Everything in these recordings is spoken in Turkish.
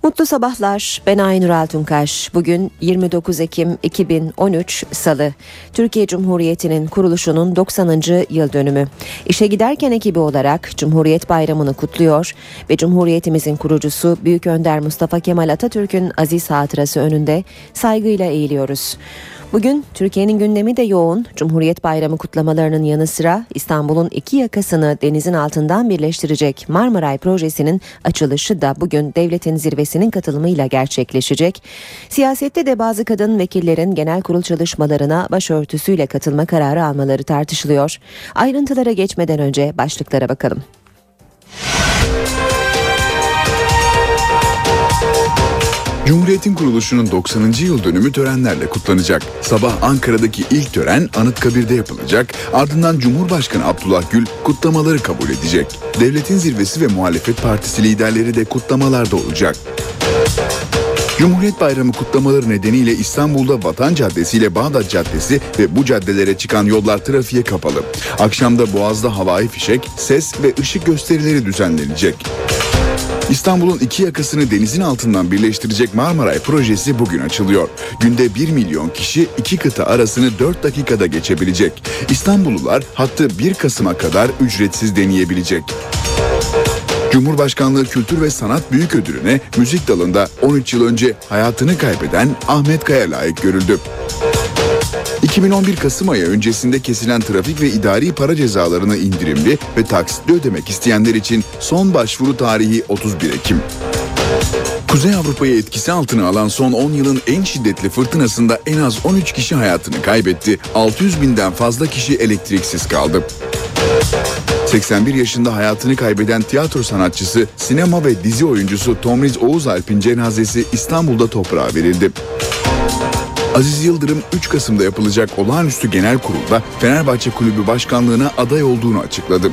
Mutlu sabahlar. Ben Aynur Altunkaş. Bugün 29 Ekim 2013 Salı. Türkiye Cumhuriyeti'nin kuruluşunun 90. yıl dönümü. İşe giderken ekibi olarak Cumhuriyet Bayramı'nı kutluyor ve Cumhuriyetimizin kurucusu Büyük Önder Mustafa Kemal Atatürk'ün aziz hatırası önünde saygıyla eğiliyoruz. Bugün Türkiye'nin gündemi de yoğun. Cumhuriyet Bayramı kutlamalarının yanı sıra İstanbul'un iki yakasını denizin altından birleştirecek Marmaray Projesi'nin açılışı da bugün devletin zirvesinin katılımıyla gerçekleşecek. Siyasette de bazı kadın vekillerin genel kurul çalışmalarına başörtüsüyle katılma kararı almaları tartışılıyor. Ayrıntılara geçmeden önce başlıklara bakalım. Cumhuriyet'in kuruluşunun 90. yıl dönümü törenlerle kutlanacak. Sabah Ankara'daki ilk tören Anıtkabir'de yapılacak. Ardından Cumhurbaşkanı Abdullah Gül kutlamaları kabul edecek. Devletin zirvesi ve muhalefet partisi liderleri de kutlamalarda olacak. Cumhuriyet Bayramı kutlamaları nedeniyle İstanbul'da Vatan Caddesi ile Bağdat Caddesi ve bu caddelere çıkan yollar trafiğe kapalı. Akşamda Boğaz'da havai fişek, ses ve ışık gösterileri düzenlenecek. İstanbul'un iki yakasını denizin altından birleştirecek Marmaray Projesi bugün açılıyor. Günde 1 milyon kişi iki kıta arasını 4 dakikada geçebilecek. İstanbullular hattı 1 Kasım'a kadar ücretsiz deneyebilecek. Cumhurbaşkanlığı Kültür ve Sanat Büyük Ödülü'ne müzik dalında 13 yıl önce hayatını kaybeden Ahmet Kaya layık görüldü. 2011 Kasım ayı öncesinde kesilen trafik ve idari para cezalarını indirimli ve taksitli ödemek isteyenler için son başvuru tarihi 31 Ekim. Kuzey Avrupa'yı etkisi altına alan son 10 yılın en şiddetli fırtınasında en az 13 kişi hayatını kaybetti. 600 binden fazla kişi elektriksiz kaldı. 81 yaşında hayatını kaybeden tiyatro sanatçısı, sinema ve dizi oyuncusu Tomriz Oğuzalp'in cenazesi İstanbul'da toprağa verildi. Aziz Yıldırım 3 Kasım'da yapılacak olağanüstü genel kurulda Fenerbahçe Kulübü Başkanlığı'na aday olduğunu açıkladı.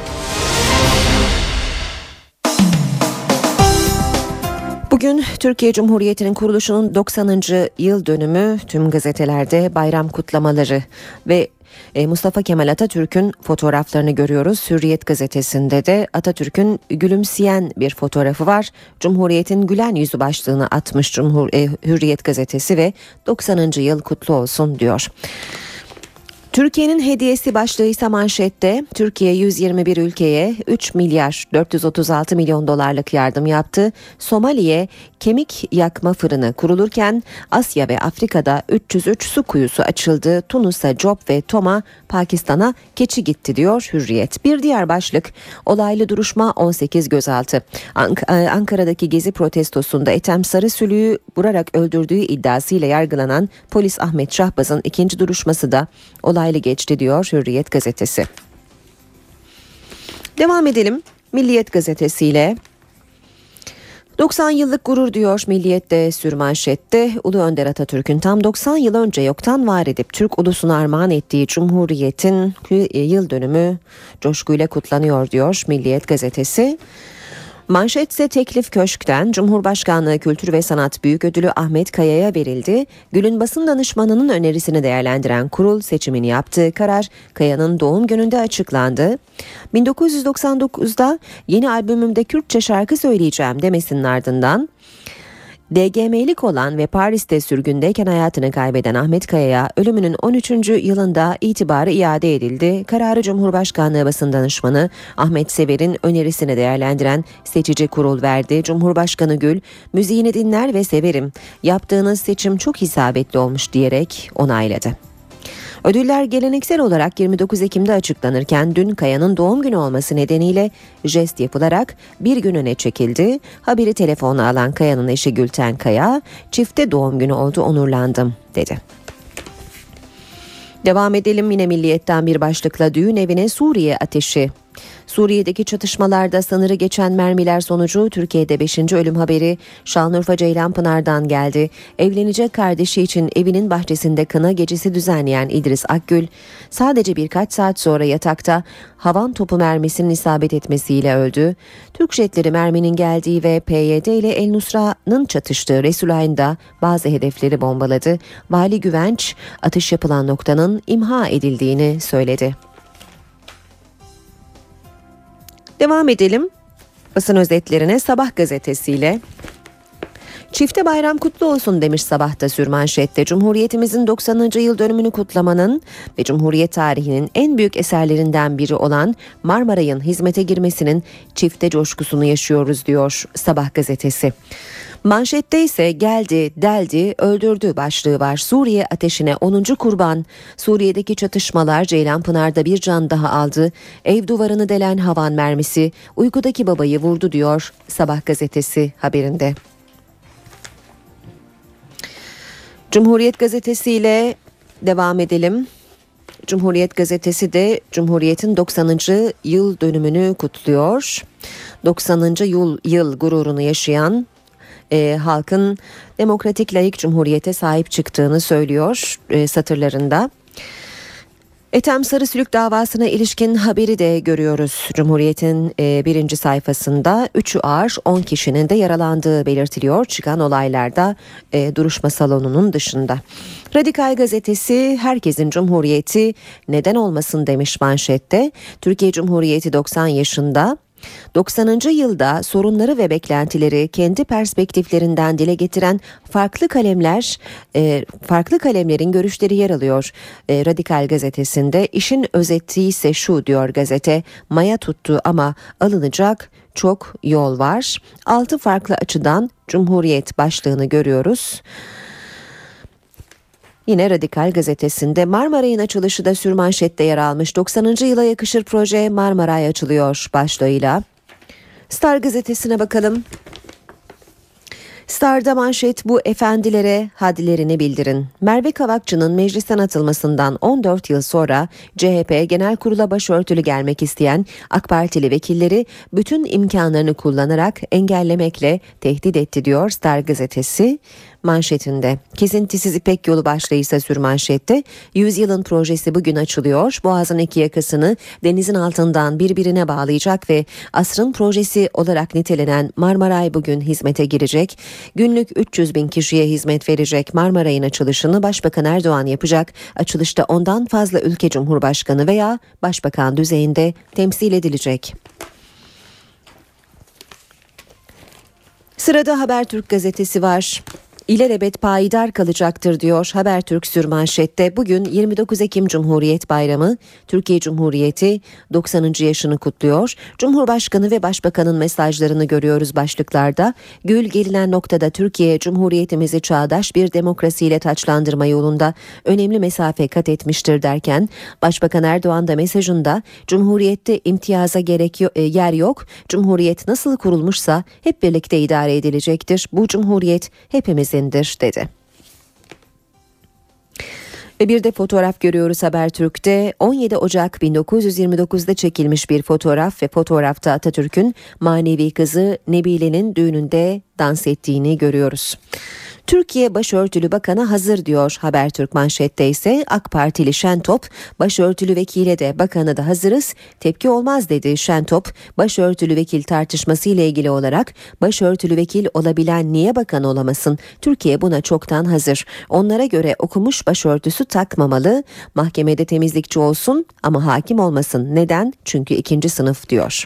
Bugün Türkiye Cumhuriyeti'nin kuruluşunun 90. yıl dönümü, tüm gazetelerde bayram kutlamaları ve Mustafa Kemal Atatürk'ün fotoğraflarını görüyoruz. Hürriyet gazetesinde de Atatürk'ün gülümseyen bir fotoğrafı var. Cumhuriyet'in gülen yüzü başlığını atmış Hürriyet gazetesi ve 90. yıl kutlu olsun diyor. Türkiye'nin hediyesi başlığı ise manşette. Türkiye 121 ülkeye 3 milyar 436 milyon dolarlık yardım yaptı. Somali'ye kemik yakma fırını kurulurken Asya ve Afrika'da 303 su kuyusu açıldı. Tunus'a Job ve Tom'a, Pakistan'a keçi gitti diyor Hürriyet. Bir diğer başlık, olaylı duruşma 18 gözaltı. Ankara'daki gezi protestosunda Ethem Sarısülü'yü vurarak öldürdüğü iddiasıyla yargılanan polis Ahmet Şahbaz'ın ikinci duruşması da olaylı geçti diyor Hürriyet gazetesi. Devam edelim Milliyet gazetesiyle. 90 yıllık gurur diyor Milliyet'te sürmanşette. Ulu Önder Atatürk'ün tam 90 yıl önce yoktan var edip Türk ulusuna armağan ettiği Cumhuriyet'in yıl dönümü coşkuyla kutlanıyor diyor Milliyet gazetesi. Manşetse teklif köşkten Cumhurbaşkanlığı Kültür ve Sanat Büyük Ödülü Ahmet Kaya'ya verildi. Gül'ün basın danışmanının önerisini değerlendiren kurul seçimini yaptı. Karar Kaya'nın doğum gününde açıklandı. 1999'da yeni albümümde Kürtçe şarkı söyleyeceğim demesinin ardından DGM'lik olan ve Paris'te sürgündeyken hayatını kaybeden Ahmet Kaya'ya ölümünün 13. yılında itibarı iade edildi. Kararı Cumhurbaşkanlığı Basın Danışmanı Ahmet Sever'in önerisini değerlendiren seçici kurul verdi. Cumhurbaşkanı Gül, müziğini dinler ve severim. Yaptığınız seçim çok isabetli olmuş diyerek onayladı. Ödüller geleneksel olarak 29 Ekim'de açıklanırken dün Kaya'nın doğum günü olması nedeniyle jest yapılarak bir gün öne çekildi. Haberi telefonla alan Kaya'nın eşi Gülten Kaya, çifte doğum günü oldu, onurlandım dedi. Devam edelim yine Milliyet'ten bir başlıkla, düğün evine Suriye ateşi. Suriye'deki çatışmalarda sınırı geçen mermiler sonucu Türkiye'de 5. ölüm haberi Şanlıurfa Ceylanpınar'dan geldi. Evlenecek kardeşi için evinin bahçesinde kına gecesi düzenleyen İdris Akgül sadece birkaç saat sonra yatakta havan topu mermisinin isabet etmesiyle öldü. Türk jetleri merminin geldiği ve PYD ile El Nusra'nın çatıştığı Resulayn'da bazı hedefleri bombaladı. Vali Güvenç atış yapılan noktanın imha edildiğini söyledi. Devam edelim basın özetlerine Sabah gazetesiyle. Çifte bayram kutlu olsun demiş Sabah'ta sürmanşette. Cumhuriyetimizin 90. yıl dönümünü kutlamanın ve Cumhuriyet tarihinin en büyük eserlerinden biri olan Marmaray'ın hizmete girmesinin çifte coşkusunu yaşıyoruz diyor Sabah gazetesi. Manşette ise geldi, deldi, öldürdü başlığı var. Suriye ateşine 10. kurban. Suriye'deki çatışmalar Ceylanpınar'da bir can daha aldı. Ev duvarını delen havan mermisi uykudaki babayı vurdu diyor Sabah gazetesi haberinde. Cumhuriyet gazetesiyle devam edelim. Cumhuriyet gazetesi de Cumhuriyet'in 90. yıl dönümünü kutluyor. 90. yıl gururunu yaşayan halkın demokratik layık cumhuriyete sahip çıktığını söylüyor satırlarında. Ethem Sarısülük davasına ilişkin haberi de görüyoruz. Cumhuriyet'in birinci sayfasında 3'ü ağır 10 kişinin de yaralandığı belirtiliyor. Çıkan olaylarda duruşma salonunun dışında. Radikal gazetesi herkesin cumhuriyeti neden olmasın demiş manşette. Türkiye Cumhuriyeti 90 yaşında. 90. yılda sorunları ve beklentileri kendi perspektiflerinden dile getiren farklı kalemlerin görüşleri yer alıyor. Radikal gazetesinde işin özeti ise şu diyor gazete: maya tuttu ama alınacak çok yol var. 6 farklı açıdan Cumhuriyet başlığını görüyoruz. Yine Radikal gazetesinde Marmaray'ın açılışı da sürmanşette yer almış. 90. yıla yakışır proje Marmaray açılıyor başlığıyla. Star gazetesine bakalım. Star'da manşet: bu efendilere hadlerini bildirin. Merve Kavakçı'nın meclisten atılmasından 14 yıl sonra CHP Genel Kurulu'na başörtülü gelmek isteyen AK Partili vekilleri bütün imkanlarını kullanarak engellemekle tehdit etti diyor Star gazetesi manşetinde. Kesintisiz İpek Yolu başlığı ise sürmanşette. 100 yılın projesi bugün açılıyor. Boğaz'ın iki yakasını denizin altından birbirine bağlayacak ve asrın projesi olarak nitelenen Marmaray bugün hizmete girecek. Günlük 300 bin kişiye hizmet verecek Marmaray'ın açılışını Başbakan Erdoğan yapacak. Açılışta ondan fazla ülke cumhurbaşkanı veya başbakan düzeyinde temsil edilecek. Sırada Habertürk gazetesi var. İlelebet payidar kalacaktır diyor Habertürk sürmanşette. Bugün 29 Ekim Cumhuriyet Bayramı. Türkiye Cumhuriyeti 90. yaşını kutluyor. Cumhurbaşkanı ve Başbakanın mesajlarını görüyoruz başlıklarda. Gül gelinen noktada Türkiye Cumhuriyetimizi çağdaş bir demokrasiyle taçlandırma yolunda önemli mesafe kat etmiştir derken Başbakan Erdoğan da mesajında Cumhuriyette imtiyaza yer yok. Cumhuriyet nasıl kurulmuşsa hep birlikte idare edilecektir. Bu Cumhuriyet hepimiz dedi. Ve bir de fotoğraf görüyoruz Habertürk'te. 17 Ocak 1929'da çekilmiş bir fotoğraf ve fotoğrafta Atatürk'ün manevi kızı Nebile'nin düğününde dans ettiğini görüyoruz. Türkiye Başörtülü Bakanı hazır diyor Habertürk manşette ise. AK Partili Şentop, başörtülü vekile de bakanı da hazırız, tepki olmaz dedi Şentop. Başörtülü vekil tartışması ile ilgili olarak başörtülü vekil olabilen niye bakan olamasın? Türkiye buna çoktan hazır. Onlara göre okumuş başörtüsü takmamalı, mahkemede temizlikçi olsun ama hakim olmasın. Neden? Çünkü 2. sınıf diyor.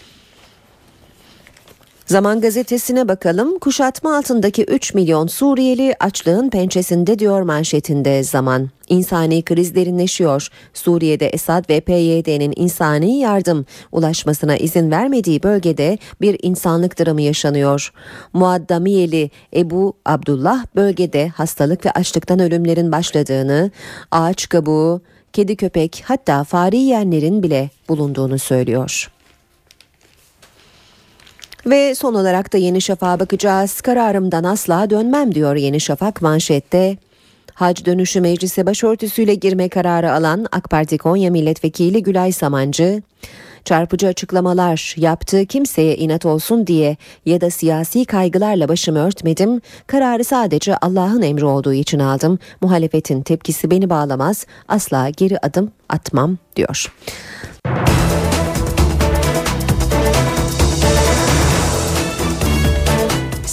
Zaman gazetesine bakalım. Kuşatma altındaki 3 milyon Suriyeli açlığın pençesinde diyor manşetinde Zaman. İnsani kriz derinleşiyor. Suriye'de Esad ve PYD'nin insani yardım ulaşmasına izin vermediği bölgede bir insanlık dramı yaşanıyor. Muaddamiyeli Ebu Abdullah bölgede hastalık ve açlıktan ölümlerin başladığını, ağaç kabuğu, kedi köpek hatta fare yiyenlerin bile bulunduğunu söylüyor. Ve son olarak da Yeni Şafak'a bakacağız. Kararımdan asla dönmem diyor Yeni Şafak manşette. Hac dönüşü meclise başörtüsüyle girme kararı alan AK Parti Konya Milletvekili Gülay Samancı, çarpıcı açıklamalar yaptı, kimseye inat olsun diye ya da siyasi kaygılarla başımı örtmedim, kararı sadece Allah'ın emri olduğu için aldım, muhalefetin tepkisi beni bağlamaz, asla geri adım atmam diyor.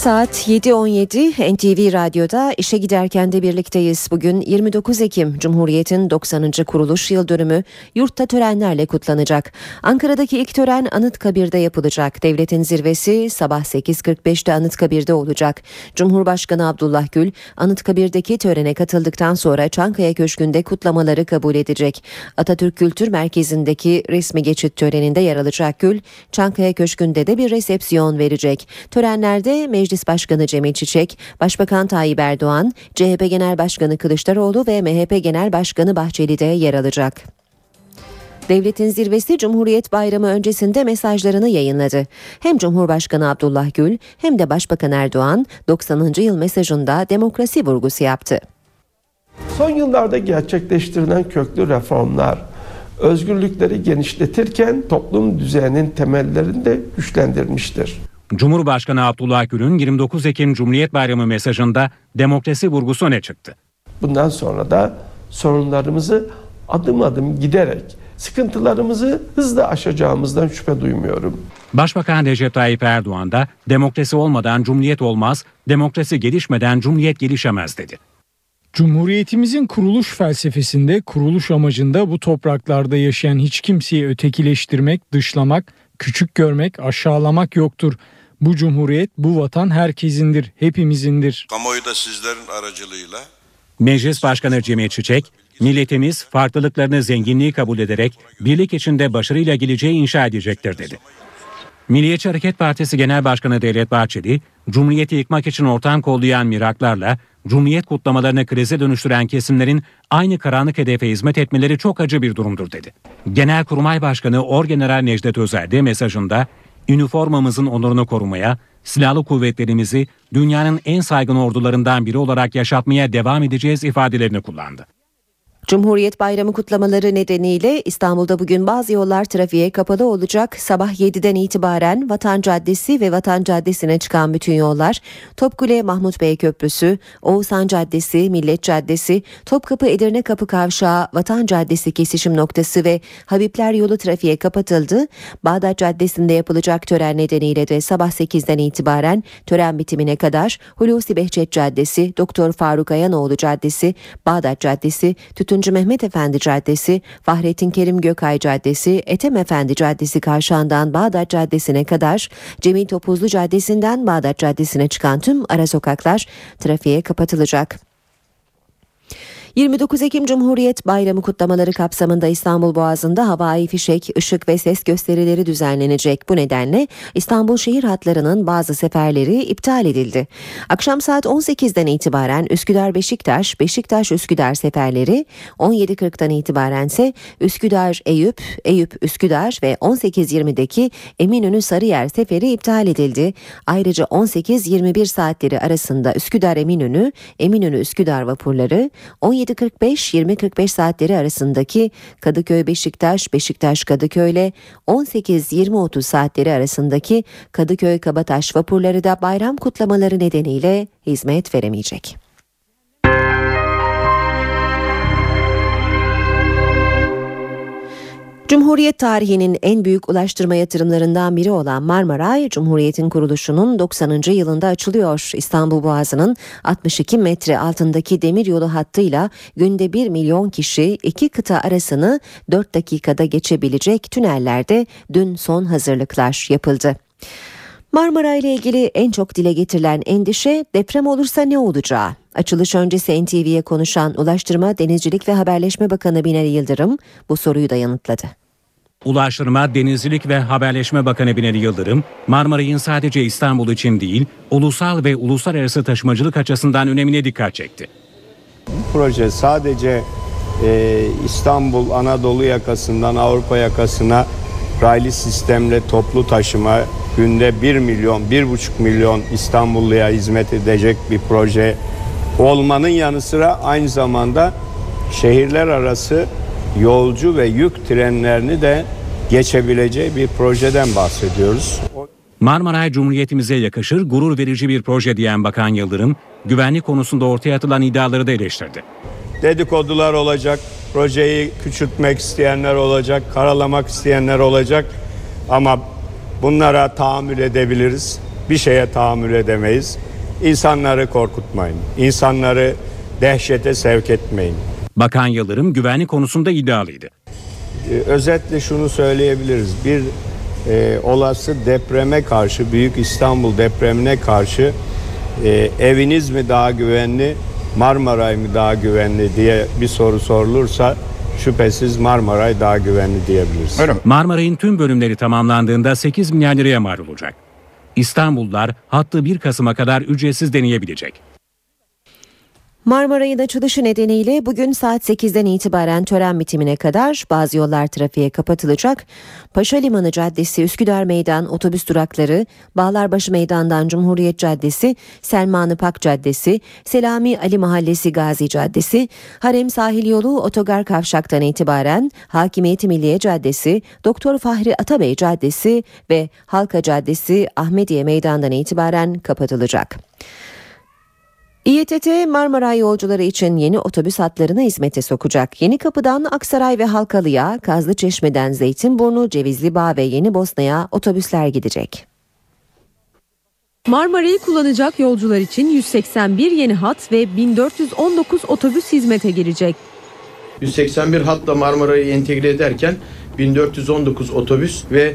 Saat 7.17 NTV Radyo'da işe giderken de birlikteyiz. Bugün 29 Ekim Cumhuriyet'in 90. kuruluş yıl dönümü yurtta törenlerle kutlanacak. Ankara'daki ilk tören Anıtkabir'de yapılacak. Devletin zirvesi sabah 8.45'te Anıtkabir'de olacak. Cumhurbaşkanı Abdullah Gül Anıtkabir'deki törene katıldıktan sonra Çankaya Köşkü'nde kutlamaları kabul edecek. Atatürk Kültür Merkezi'ndeki resmi geçit töreninde yer alacak Gül, Çankaya Köşkü'nde de bir resepsiyon verecek. Törenlerde Meclis Başkanı Cemil Çiçek, Başbakan Tayyip Erdoğan, CHP Genel Başkanı Kılıçdaroğlu ve MHP Genel Başkanı Bahçeli de yer alacak. Devletin zirvesi Cumhuriyet Bayramı öncesinde mesajlarını yayınladı. Hem Cumhurbaşkanı Abdullah Gül hem de Başbakan Erdoğan 90. yıl mesajında demokrasi vurgusu yaptı. Son yıllarda gerçekleştirilen köklü reformlar özgürlükleri genişletirken toplum düzeninin temellerini de güçlendirmiştir. Cumhurbaşkanı Abdullah Gül'ün 29 Ekim Cumhuriyet Bayramı mesajında demokrasi vurgusu öne çıktı. Bundan sonra da sorunlarımızı adım adım giderek sıkıntılarımızı hızla aşacağımızdan şüphe duymuyorum. Başbakan Recep Tayyip Erdoğan da demokrasi olmadan cumhuriyet olmaz, demokrasi gelişmeden cumhuriyet gelişemez dedi. Cumhuriyetimizin kuruluş felsefesinde, kuruluş amacında bu topraklarda yaşayan hiç kimseyi ötekileştirmek, dışlamak, küçük görmek, aşağılamak yoktur. Bu cumhuriyet, bu vatan herkesindir, hepimizindir. Kamuoyu da sizlerin aracılığıyla. Meclis Başkanı Cemil Çiçek, milletimiz farklılıklarını zenginliği kabul ederek birlik içinde başarıyla geleceği inşa edecektir dedi. Milliyetçi Hareket Partisi Genel Başkanı Devlet Bahçeli, Cumhuriyeti yıkmak için ortam kollayan miraklarla Cumhuriyet kutlamalarını krize dönüştüren kesimlerin aynı karanlık hedefe hizmet etmeleri çok acı bir durumdur dedi. Genelkurmay Başkanı Orgeneral Necdet Özel de mesajında üniformamızın onurunu korumaya, silahlı kuvvetlerimizi dünyanın en saygın ordularından biri olarak yaşatmaya devam edeceğiz ifadelerini kullandı. Cumhuriyet Bayramı kutlamaları nedeniyle İstanbul'da bugün bazı yollar trafiğe kapalı olacak. Sabah 7'den itibaren Vatan Caddesi ve Vatan Caddesi'ne çıkan bütün yollar, Topkule Mahmut Bey Köprüsü, Oğuzhan Caddesi, Millet Caddesi, Topkapı Edirne Kapı Kavşağı, Vatan Caddesi kesişim noktası ve Habibler yolu trafiğe kapatıldı. Bağdat Caddesi'nde yapılacak tören nedeniyle de sabah 8'den itibaren tören bitimine kadar Hulusi Behçet Caddesi, Doktor Faruk Ayanoğlu Caddesi, Bağdat Caddesi, Tütüncü Mehmet Efendi Caddesi, Fahrettin Kerim Gökay Caddesi, Ethem Efendi Caddesi kavşağından Bağdat Caddesi'ne kadar, Cemil Topuzlu Caddesi'nden Bağdat Caddesi'ne çıkan tüm ara sokaklar trafiğe kapatılacak. 29 Ekim Cumhuriyet Bayramı kutlamaları kapsamında İstanbul Boğazı'nda havai fişek, ışık ve ses gösterileri düzenlenecek. Bu nedenle İstanbul şehir hatlarının bazı seferleri iptal edildi. Akşam saat 18'den itibaren Üsküdar-Beşiktaş, Beşiktaş-Üsküdar seferleri, 17.40'dan itibaren ise Üsküdar-Eyüp, Eyüp-Üsküdar ve 18.20'deki Eminönü-Sarıyer seferi iptal edildi. Ayrıca 18-21 saatleri arasında Üsküdar-Eminönü, Eminönü-Üsküdar vapurları, 17.45-20.45 saatleri arasındaki Kadıköy-Beşiktaş, Beşiktaş-Kadıköy ile 18-20.30 saatleri arasındaki Kadıköy-Kabataş vapurları da bayram kutlamaları nedeniyle hizmet veremeyecek. Cumhuriyet tarihinin en büyük ulaştırma yatırımlarından biri olan Marmaray, Cumhuriyet'in kuruluşunun 90. yılında açılıyor. İstanbul Boğazı'nın 62 metre altındaki demiryolu hattıyla günde 1 milyon kişi iki kıta arasını 4 dakikada geçebilecek tünellerde dün son hazırlıklar yapıldı. Marmara ile ilgili en çok dile getirilen endişe deprem olursa ne olacağı. Açılış öncesi NTV'ye konuşan Ulaştırma, Denizcilik ve Haberleşme Bakanı Binali Yıldırım bu soruyu da yanıtladı. Ulaştırma, Denizcilik ve Haberleşme Bakanı Binali Yıldırım, Marmaray'ın sadece İstanbul için değil, ulusal ve uluslararası taşımacılık açısından önemine dikkat çekti. Bu proje sadece İstanbul Anadolu yakasından Avrupa yakasına raylı sistemle toplu taşıma, günde 1 milyon, 1,5 milyon İstanbulluya hizmet edecek bir proje olmanın yanı sıra aynı zamanda şehirler arası yolcu ve yük trenlerini de geçebileceği bir projeden bahsediyoruz. Marmaray Cumhuriyetimize yakışır, gurur verici bir proje diyen Bakan Yıldırım, güvenlik konusunda ortaya atılan iddiaları da eleştirdi. Dedikodular olacak, projeyi küçültmek isteyenler olacak, karalamak isteyenler olacak ama bunlara tahammül edebiliriz. hiçbir şeye tahammül edemeyiz. İnsanları korkutmayın. İnsanları dehşete sevk etmeyin. Bakan Yıldırım güvenlik konusunda iddialıydı. Özetle şunu söyleyebiliriz. Bir olası depreme karşı, Büyük İstanbul depremine karşı eviniz mi daha güvenli, Marmaray mı daha güvenli diye bir soru sorulursa şüphesiz Marmaray daha güvenli diyebiliriz. Marmaray'ın tüm bölümleri tamamlandığında 8 milyar liraya mal olacak. İstanbullular hattı 1 Kasım'a kadar ücretsiz deneyebilecek. Marmaray'ın açılışı nedeniyle bugün saat 8'den itibaren tören bitimine kadar bazı yollar trafiğe kapatılacak. Paşa Limanı Caddesi, Üsküdar Meydan, otobüs durakları, Bağlarbaşı Meydan'dan Cumhuriyet Caddesi, Selman-ı Pak Caddesi, Selami Ali Mahallesi Gazi Caddesi, Harem Sahil Yolu Otogar Kavşak'tan itibaren Hakimiyeti Milliye Caddesi, Doktor Fahri Atabey Caddesi ve Halka Caddesi Ahmediye Meydan'dan itibaren kapatılacak. İETT Marmaray yolcuları için yeni otobüs hatlarını hizmete sokacak. Yenikapı'dan Aksaray ve Halkalı'ya, Kazlıçeşme'den Zeytinburnu, Cevizlibağ ve Yenibosna'ya otobüsler gidecek. Marmaray'ı kullanacak yolcular için 181 yeni hat ve 1419 otobüs hizmete girecek. 181 hatla Marmaray'ı entegre ederken 1419 otobüs ve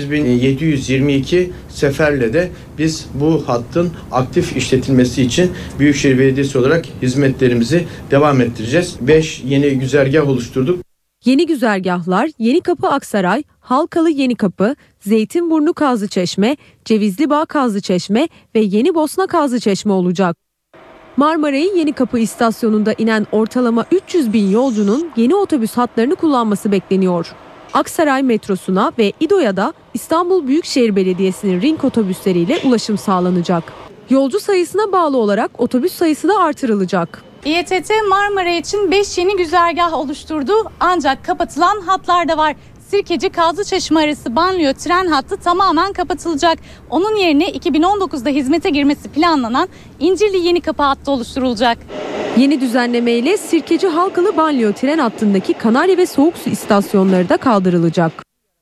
8722 seferle de biz bu hattın aktif işletilmesi için Büyükşehir Belediyesi olarak hizmetlerimizi devam ettireceğiz. 5 yeni güzergah oluşturduk. Yeni güzergahlar Yenikapı Aksaray, Halkalı Yenikapı, Zeytinburnu Kazlıçeşme, Cevizlibağ Kazlıçeşme ve Yenibosna Kazlıçeşme olacak. Marmaray'ın Yenikapı istasyonunda inen ortalama 300 bin yolcunun yeni otobüs hatlarını kullanması bekleniyor. Aksaray metrosuna ve İDO'ya da İstanbul Büyükşehir Belediyesi'nin ring otobüsleriyle ulaşım sağlanacak. Yolcu sayısına bağlı olarak otobüs sayısı da artırılacak. İETT Marmara için 5 yeni güzergah oluşturdu ancak kapatılan hatlar da var. Sirkeci Kazlıçeşme arası banliyö tren hattı tamamen kapatılacak. Onun yerine 2019'da hizmete girmesi planlanan İncirli Yenikapı hattı oluşturulacak. Yeni düzenlemeyle Sirkeci Halkalı banliyö tren hattındaki Kanarya ve Soğuksu istasyonları da kaldırılacak.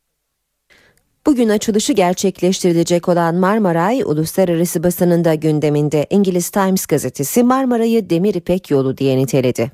Bugün açılışı gerçekleştirilecek olan Marmaray, uluslararası basının da gündeminde. İngiliz Times gazetesi Marmaray'ı Demir İpek Yolu diye niteledi.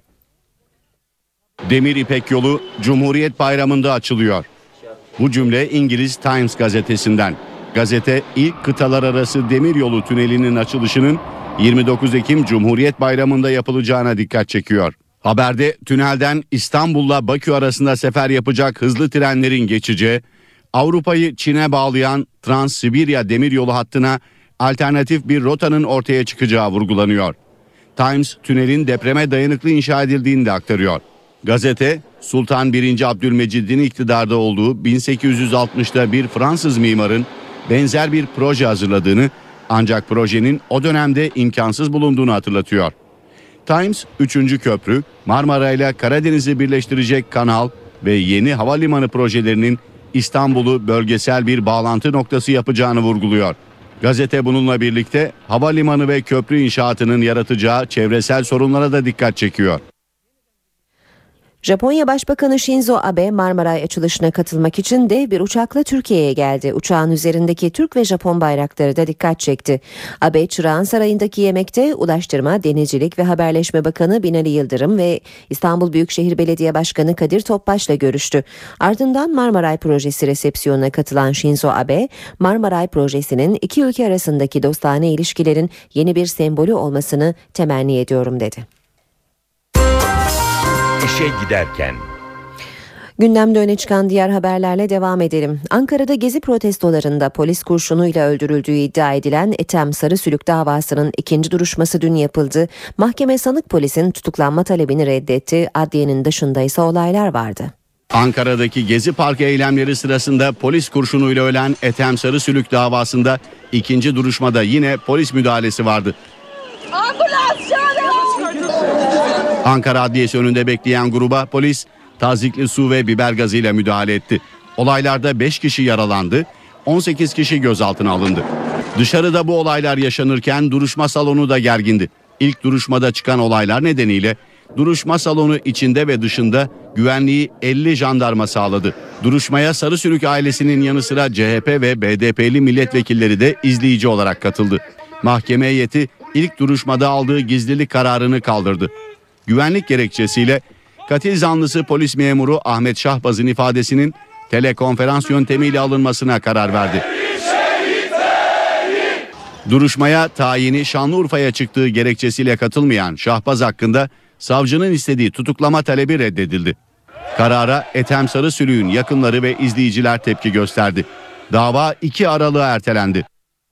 Demir İpek Yolu Cumhuriyet Bayramı'nda açılıyor. Bu cümle İngiliz Times gazetesinden. Gazete ilk kıtalar arası demiryolu tünelinin açılışının 29 Ekim Cumhuriyet Bayramı'nda yapılacağına dikkat çekiyor. Haberde tünelden İstanbul'la Bakü arasında sefer yapacak hızlı trenlerin geçeceği, Avrupa'yı Çin'e bağlayan Trans-Sibirya demiryolu hattına alternatif bir rotanın ortaya çıkacağı vurgulanıyor. Times tünelin depreme dayanıklı inşa edildiğini de aktarıyor. Gazete, Sultan 1. Abdülmecid'in iktidarda olduğu 1860'da bir Fransız mimarın benzer bir proje hazırladığını, ancak projenin o dönemde imkansız bulunduğunu hatırlatıyor. Times, 3. köprü, Marmara ile Karadeniz'i birleştirecek kanal ve yeni havalimanı projelerinin İstanbul'u bölgesel bir bağlantı noktası yapacağını vurguluyor. Gazete bununla birlikte havalimanı ve köprü inşaatının yaratacağı çevresel sorunlara da dikkat çekiyor. Japonya Başbakanı Shinzo Abe Marmaray açılışına katılmak için dev bir uçakla Türkiye'ye geldi. Uçağın üzerindeki Türk ve Japon bayrakları da dikkat çekti. Abe, Çırağan Sarayı'ndaki yemekte Ulaştırma, Denizcilik ve Haberleşme Bakanı Binali Yıldırım ve İstanbul Büyükşehir Belediye Başkanı Kadir Topbaş'la görüştü. Ardından Marmaray Projesi resepsiyonuna katılan Shinzo Abe, Marmaray Projesi'nin iki ülke arasındaki dostane ilişkilerin yeni bir sembolü olmasını temenni ediyorum dedi. İşe giderken. Gündemde öne çıkan diğer haberlerle devam edelim. Ankara'da gezi protestolarında polis kurşunuyla öldürüldüğü iddia edilen Ethem Sarısülük davasının ikinci duruşması dün yapıldı. Mahkeme sanık polisin tutuklanma talebini reddetti. Adliyenin dışında ise olaylar vardı. Ankara'daki Gezi Parkı eylemleri sırasında polis kurşunuyla ölen Ethem Sarısülük davasında ikinci duruşmada yine polis müdahalesi vardı. Ankara Adliyesi önünde bekleyen gruba polis tazyikli su ve biber gazıyla müdahale etti. Olaylarda 5 kişi yaralandı, 18 kişi gözaltına alındı. Dışarıda bu olaylar yaşanırken duruşma salonu da gergindi. İlk duruşmada çıkan olaylar nedeniyle duruşma salonu içinde ve dışında güvenliği 50 jandarma sağladı. Duruşmaya Sarısülük ailesinin yanı sıra CHP ve BDP'li milletvekilleri de izleyici olarak katıldı. Mahkeme heyeti ilk duruşmada aldığı gizlilik kararını kaldırdı. Güvenlik gerekçesiyle katil zanlısı polis memuru Ahmet Şahbaz'ın ifadesinin telekonferans yöntemiyle alınmasına karar verdi. Duruşmaya tayini Şanlıurfa'ya çıktığı gerekçesiyle katılmayan Şahbaz hakkında savcının istediği tutuklama talebi reddedildi. Karara Ethem Sarısülük'ün yakınları ve izleyiciler tepki gösterdi. Dava 2 Aralık'a ertelendi.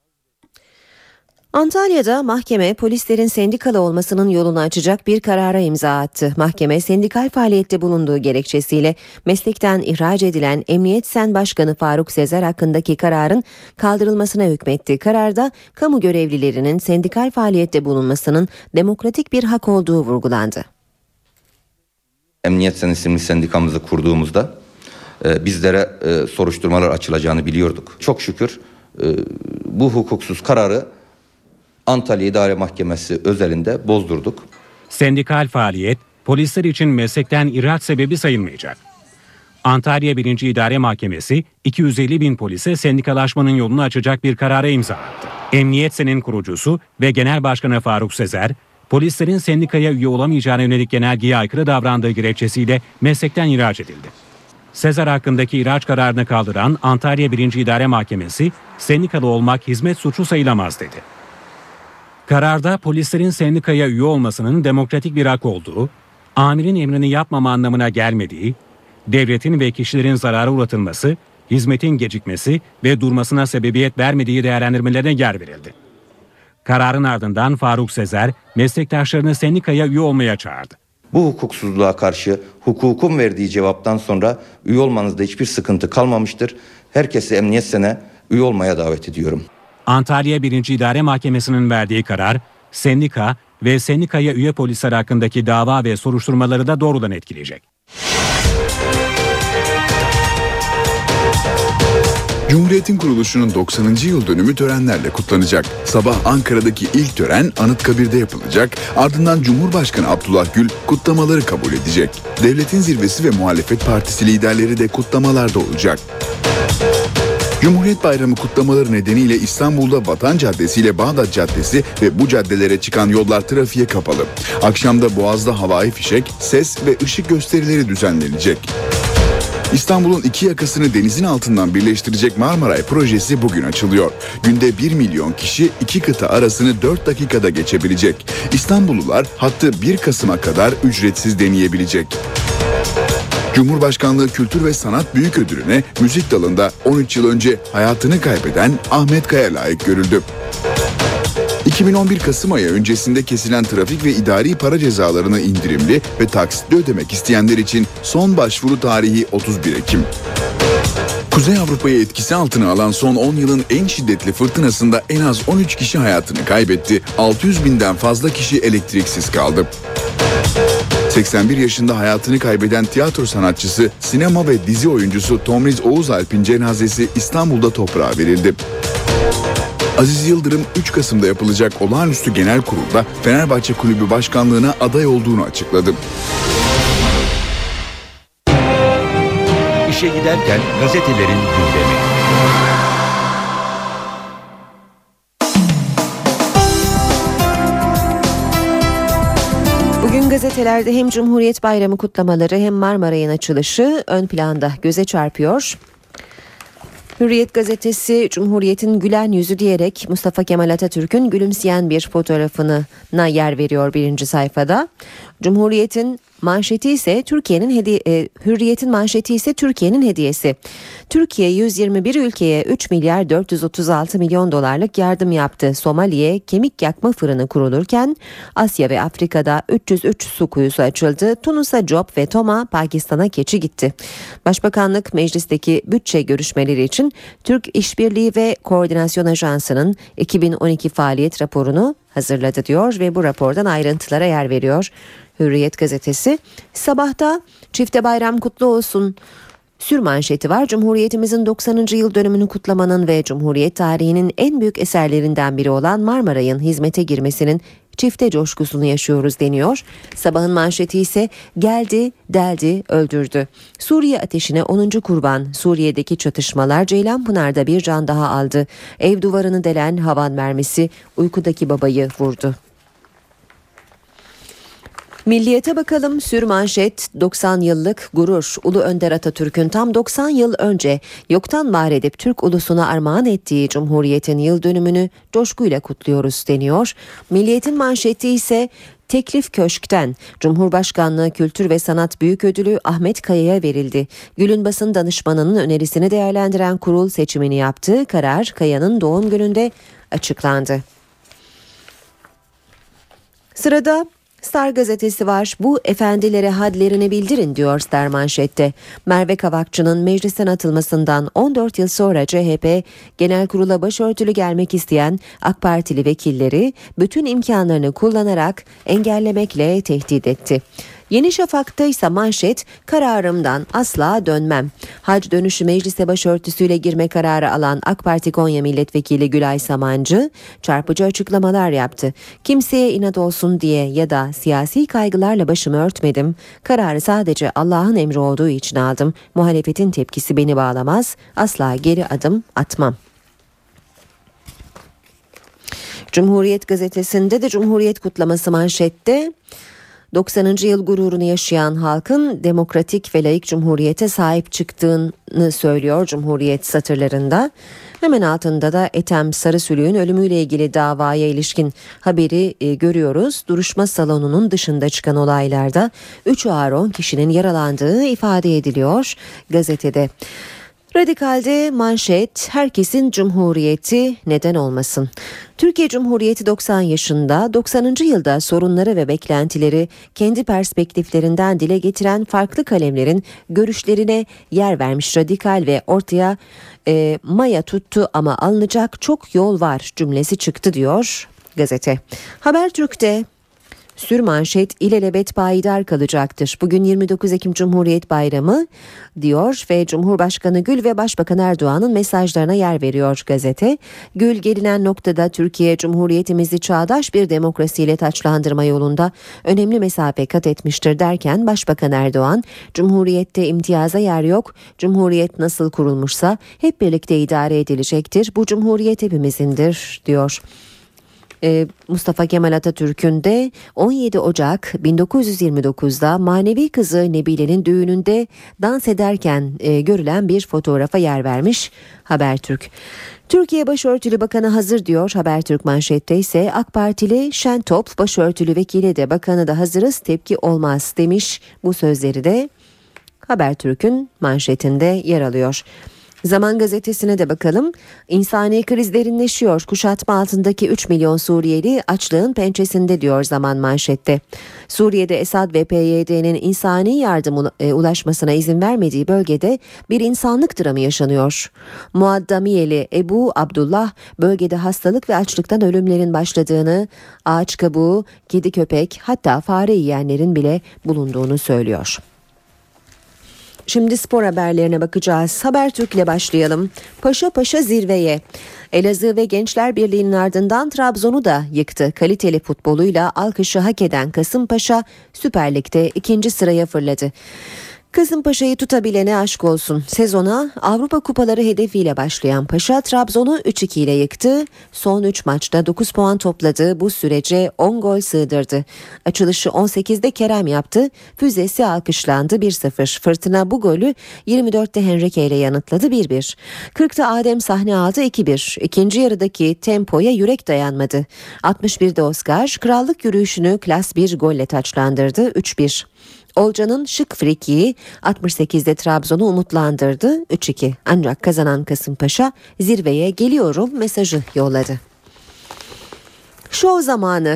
Antalya'da mahkeme polislerin sendikalı olmasının yolunu açacak bir karara imza attı. Mahkeme sendikal faaliyette bulunduğu gerekçesiyle meslekten ihraç edilen Emniyet Sen Başkanı Faruk Sezer hakkındaki kararın kaldırılmasına hükmetti. Kararda kamu görevlilerinin sendikal faaliyette bulunmasının demokratik bir hak olduğu vurgulandı. Emniyet Sen isimli sendikamızı kurduğumuzda bizlere soruşturmalar açılacağını biliyorduk. Çok şükür bu hukuksuz kararı Antalya İdare Mahkemesi özelinde bozdurduk. Sendikal faaliyet polisler için meslekten ihraç sebebi sayılmayacak. Antalya 1. İdare Mahkemesi 250 bin polise sendikalaşmanın yolunu açacak bir karara imza attı. Emniyet Sen'in kurucusu ve Genel Başkanı Faruk Sezer, polislerin sendikaya üye olamayacağına yönelik genelgeye aykırı davrandığı gerekçesiyle meslekten ihraç edildi. Sezer hakkındaki ihraç kararını kaldıran Antalya 1. İdare Mahkemesi, sendikalı olmak hizmet suçu sayılamaz dedi. Kararda polislerin sendikaya üye olmasının demokratik bir hak olduğu, amirin emrini yapmama anlamına gelmediği, devletin ve kişilerin zarara uğratılması, hizmetin gecikmesi ve durmasına sebebiyet vermediği değerlendirmelerine yer verildi. Kararın ardından Faruk Sezer, meslektaşlarını sendikaya üye olmaya çağırdı. Bu hukuksuzluğa karşı hukukun verdiği cevaptan sonra üye olmanızda hiçbir sıkıntı kalmamıştır. Herkesi Emniyet Sen'e üye olmaya davet ediyorum. Antalya 1. İdare Mahkemesi'nin verdiği karar, sendika ve sendikaya üye polisler hakkındaki dava ve soruşturmaları da doğrudan etkileyecek. Cumhuriyet'in kuruluşunun 90. yıl dönümü törenlerle kutlanacak. Sabah Ankara'daki ilk tören Anıtkabir'de yapılacak. Ardından Cumhurbaşkanı Abdullah Gül kutlamaları kabul edecek. Devletin zirvesi ve muhalefet partisi liderleri de kutlamalarda olacak. Cumhuriyet Bayramı kutlamaları nedeniyle İstanbul'da Vatan Caddesi ile Bağdat Caddesi ve bu caddelere çıkan yollar trafiğe kapalı. Akşamda Boğaz'da havai fişek, ses ve ışık gösterileri düzenlenecek. İstanbul'un iki yakasını denizin altından birleştirecek Marmaray projesi bugün açılıyor. Günde 1 milyon kişi iki kıta arasını 4 dakikada geçebilecek. İstanbullular hattı 1 Kasım'a kadar ücretsiz deneyebilecek. Cumhurbaşkanlığı Kültür ve Sanat Büyük Ödülü'ne müzik dalında 13 yıl önce hayatını kaybeden Ahmet Kaya layık görüldü. 2011 Kasım ayı öncesinde kesilen trafik ve idari para cezalarını indirimli ve taksitli ödemek isteyenler için son başvuru tarihi 31 Ekim. Kuzey Avrupa'yı etkisi altına alan son 10 yılın en şiddetli fırtınasında en az 13 kişi hayatını kaybetti. 600 binden fazla kişi elektriksiz kaldı. 81 yaşında hayatını kaybeden tiyatro sanatçısı, sinema ve dizi oyuncusu Tomriz Oğuzalp'in cenazesi İstanbul'da toprağa verildi. Aziz Yıldırım 3 Kasım'da yapılacak olağanüstü genel kurulda Fenerbahçe Kulübü Başkanlığı'na aday olduğunu açıkladı. İşe giderken gazetelerin gündemi. Bugün gazetelerde hem Cumhuriyet Bayramı kutlamaları hem Marmaray'ın açılışı ön planda göze çarpıyor. Hürriyet gazetesi Cumhuriyet'in gülen yüzü diyerek Mustafa Kemal Atatürk'ün gülümseyen bir fotoğrafına yer veriyor birinci sayfada. Cumhuriyet'in manşeti ise Hürriyet'in manşeti ise Türkiye'nin hediyesi. Türkiye 121 ülkeye 3 milyar 436 milyon dolarlık yardım yaptı. Somali'ye kemik yakma fırını kurulurken Asya ve Afrika'da 303 su kuyusu açıldı. Tunus'a Job ve Toma, Pakistan'a keçi gitti. Başbakanlık meclisteki bütçe görüşmeleri için Türk İşbirliği ve Koordinasyon Ajansı'nın 2012 faaliyet raporunu hazırladı diyor ve bu rapordan ayrıntılara yer veriyor. Hürriyet gazetesi sabahta çifte bayram kutlu olsun sürmanşeti var. Cumhuriyetimizin 90. yıl dönümünü kutlamanın ve Cumhuriyet tarihinin en büyük eserlerinden biri olan Marmaray'ın hizmete girmesinin çifte coşkusunu yaşıyoruz deniyor. Sabahın manşeti ise geldi, deldi, öldürdü. Suriye ateşine 10. kurban. Suriye'deki çatışmalar Ceylanpınar'da bir can daha aldı. Ev duvarını delen havan mermisi uykudaki babayı vurdu. Milliyete bakalım, sürmanşet 90 yıllık gurur. Ulu Önder Atatürk'ün tam 90 yıl önce yoktan var edip Türk ulusuna armağan ettiği Cumhuriyet'in yıl dönümünü coşkuyla kutluyoruz deniyor. Milliyet'in manşeti ise teklif köşkten Cumhurbaşkanlığı Kültür ve Sanat Büyüködülü Ahmet Kaya'ya verildi. Gül'ün basın danışmanının önerisini değerlendiren kurul seçimini yaptı. Karar Kaya'nın doğum gününde açıklandı. Sırada Star gazetesi var. Bu efendilere hadlerini bildirin diyor Star manşette. Merve Kavakçı'nın meclisten atılmasından 14 yıl sonra CHP Genel Kurula başörtülü gelmek isteyen AK Partili vekilleri bütün imkanlarını kullanarak engellemekle tehdit etti. Yeni Şafak'ta ise manşet kararımdan asla dönmem. Hac dönüşü meclise başörtüsüyle girme kararı alan AK Parti Konya Milletvekili Gülay Samancı çarpıcı açıklamalar yaptı. Kimseye inat olsun diye ya da siyasi kaygılarla başımı örtmedim. Kararı sadece Allah'ın emri olduğu için aldım. Muhalefetin tepkisi beni bağlamaz. Asla geri adım atmam. Cumhuriyet gazetesinde de Cumhuriyet kutlaması manşette. 90. yıl gururunu yaşayan halkın demokratik ve laik cumhuriyete sahip çıktığını söylüyor Cumhuriyet satırlarında. Hemen altında da Ethem Sarısülük'ün ölümüyle ilgili davaya ilişkin haberi görüyoruz. Duruşma salonunun dışında çıkan olaylarda 3 ağır 10 kişinin yaralandığı ifade ediliyor gazetede. Radikal'de manşet herkesin cumhuriyeti neden olmasın. Türkiye Cumhuriyeti 90 yaşında, 90. yılda sorunları ve beklentileri kendi perspektiflerinden dile getiren farklı kalemlerin görüşlerine yer vermiş Radikal ve ortaya maya tuttu ama alınacak çok yol var cümlesi çıktı diyor gazete. Habertürk'te sürmanşet ilelebet payidar kalacaktır. Bugün 29 Ekim Cumhuriyet Bayramı diyor ve Cumhurbaşkanı Gül ve Başbakan Erdoğan'ın mesajlarına yer veriyor gazete. Gül gelinen noktada Türkiye Cumhuriyetimizi çağdaş bir demokrasiyle taçlandırma yolunda önemli mesafe kat etmiştir derken Başbakan Erdoğan Cumhuriyette imtiyaza yer yok. Cumhuriyet nasıl kurulmuşsa hep birlikte idare edilecektir. Bu Cumhuriyet hepimizindir diyor. Mustafa Kemal Atatürk'ün de 17 Ocak 1929'da manevi kızı Nebile'nin düğününde dans ederken görülen bir fotoğrafa yer vermiş Habertürk. Türkiye Başörtülü Bakanı hazır diyor Habertürk manşette ise AK Partili Şentop başörtülü vekili de bakanı da hazırız tepki olmaz demiş. Bu sözleri de Habertürk'ün manşetinde yer alıyor. Zaman gazetesine de bakalım. İnsani kriz derinleşiyor. Kuşatma altındaki 3 milyon Suriyeli açlığın pençesinde diyor Zaman manşette. Suriye'de Esad ve PYD'nin insani yardım ulaşmasına izin vermediği bölgede bir insanlık dramı yaşanıyor. Muaddamiyeli Ebu Abdullah bölgede hastalık ve açlıktan ölümlerin başladığını, ağaç kabuğu, kedi köpek hatta fare yiyenlerin bile bulunduğunu söylüyor. Şimdi spor haberlerine bakacağız. Habertürk'le başlayalım. Paşa Paşa zirveye. Elazığ ve Gençler Birliği'nin ardından Trabzon'u da yıktı. Kaliteli futboluyla alkışı hak eden Kasımpaşa Süper Lig'de 2. sıraya fırladı. Kasımpaşa'yı tutabilene aşk olsun. Sezona Avrupa Kupaları hedefiyle başlayan Paşa Trabzon'u 3-2 ile yıktı. Son 3 maçta 9 puan topladı. Bu sürece 10 gol sığdırdı. Açılışı 18'de Kerem yaptı. Füzesi alkışlandı 1-0. Fırtına bu golü 24'te Henrique ile yanıtladı 1-1. 40'ta Adem sahne aldı 2-1. İkinci yarıdaki tempoya yürek dayanmadı. 61'de Oscar krallık yürüyüşünü klas bir golle taçlandırdı 3-1. Olcan'ın şık frikiği 68'de Trabzon'u umutlandırdı 3-2. Ancak kazanan Kasımpaşa zirveye geliyorum mesajı yolladı. Şov zamanı.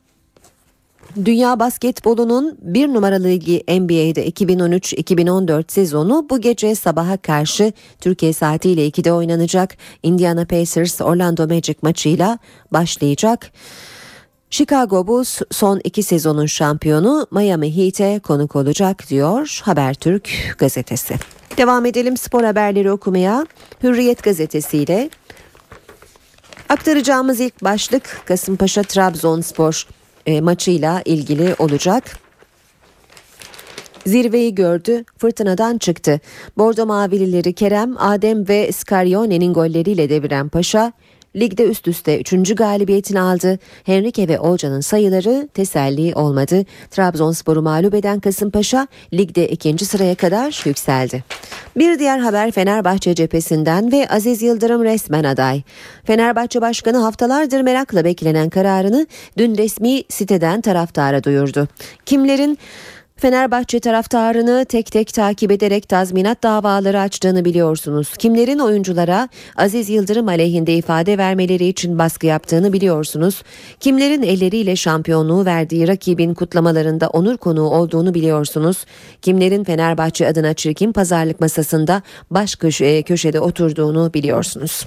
Dünya basketbolunun bir numaralı ligi NBA'de 2013-2014 sezonu bu gece sabaha karşı Türkiye saatiyle 2'de oynanacak. Indiana Pacers Orlando Magic maçıyla başlayacak. Chicago Bulls son 2 sezonun şampiyonu Miami Heat'e konuk olacak diyor Habertürk gazetesi. Devam edelim spor haberleri okumaya. Hürriyet gazetesiyle aktaracağımız ilk başlık Kasımpaşa Trabzonspor. maçıyla ilgili olacak. Zirveyi gördü, fırtınadan çıktı. Bordo Mavilileri Kerem, Adem ve Scarione'nin golleriyle deviren Paşa, ligde üst üste 3. galibiyetini aldı. Henrique ve Olcan'ın sayıları teselli olmadı. Trabzonspor'u mağlup eden Kasımpaşa ligde 2. sıraya kadar yükseldi. Bir diğer haber Fenerbahçe cephesinden ve Aziz Yıldırım resmen aday. Fenerbahçe Başkanı haftalardır merakla beklenen kararını dün resmi siteden taraftara duyurdu. Kimlerin Fenerbahçe taraftarını tek tek takip ederek tazminat davaları açtığını biliyorsunuz. Kimlerin oyunculara Aziz Yıldırım aleyhinde ifade vermeleri için baskı yaptığını biliyorsunuz. Kimlerin elleriyle şampiyonluğu verdiği rakibin kutlamalarında onur konuğu olduğunu biliyorsunuz. Kimlerin Fenerbahçe adına çirkin pazarlık masasında baş köşede oturduğunu biliyorsunuz.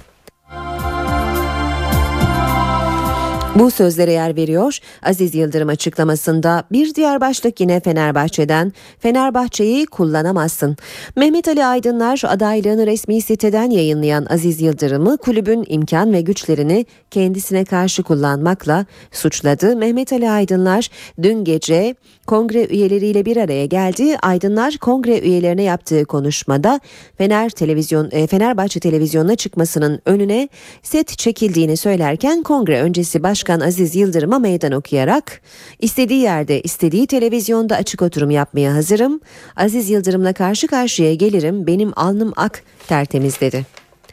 Bu sözlere yer veriyor Aziz Yıldırım açıklamasında. Bir diğer başlık yine Fenerbahçe'den. Fenerbahçe'yi kullanamazsın. Mehmet Ali Aydınlar adaylığını resmi siteden yayınlayan Aziz Yıldırım'ı kulübün imkan ve güçlerini kendisine karşı kullanmakla suçladı. Mehmet Ali Aydınlar dün gece kongre üyeleriyle bir araya geldi. Aydınlar kongre üyelerine yaptığı konuşmada Fenerbahçe televizyonuna çıkmasının önüne set çekildiğini söylerken kongre öncesi Başkan Aziz Yıldırım'a meydan okuyarak istediği yerde, istediği televizyonda açık oturum yapmaya hazırım. Aziz Yıldırım'la karşı karşıya gelirim. Benim alnım ak, tertemiz dedi.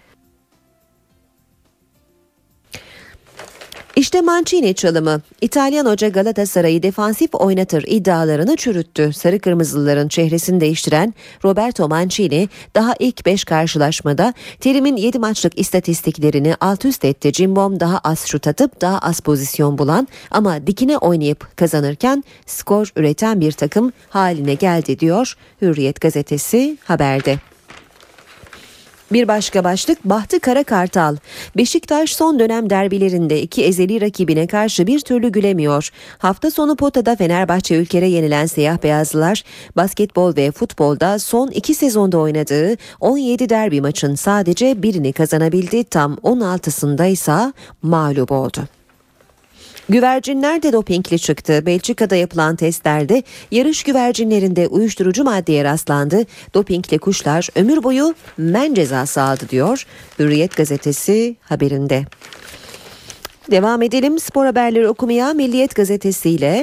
İşte Mancini çalımı. İtalyan hoca Galatasaray'ı defansif oynatır iddialarını çürüttü. Sarı kırmızılıların çehresini değiştiren Roberto Mancini daha ilk 5 karşılaşmada Terim'in 7 maçlık istatistiklerini alt üst etti. Cimbom daha az şut atıp daha az pozisyon bulan ama dikine oynayıp kazanırken skor üreten bir takım haline geldi diyor Hürriyet gazetesi haberde. Bir başka başlık Bahtı Karakartal. Beşiktaş son dönem derbilerinde iki ezeli rakibine karşı bir türlü gülemiyor. Hafta sonu potada Fenerbahçe Ülker'e yenilen siyah beyazlılar basketbol ve futbolda son 2 sezonda oynadığı 17 derbi maçın sadece birini kazanabildi. Tam 16'sında ise mağlup oldu. Güvercinler de dopingli çıktı. Belçika'da yapılan testlerde yarış güvercinlerinde uyuşturucu maddeye rastlandı. Dopingli kuşlar ömür boyu men cezası aldı diyor Hürriyet gazetesi haberinde. Devam edelim spor haberleri okumaya Milliyet gazetesiyle.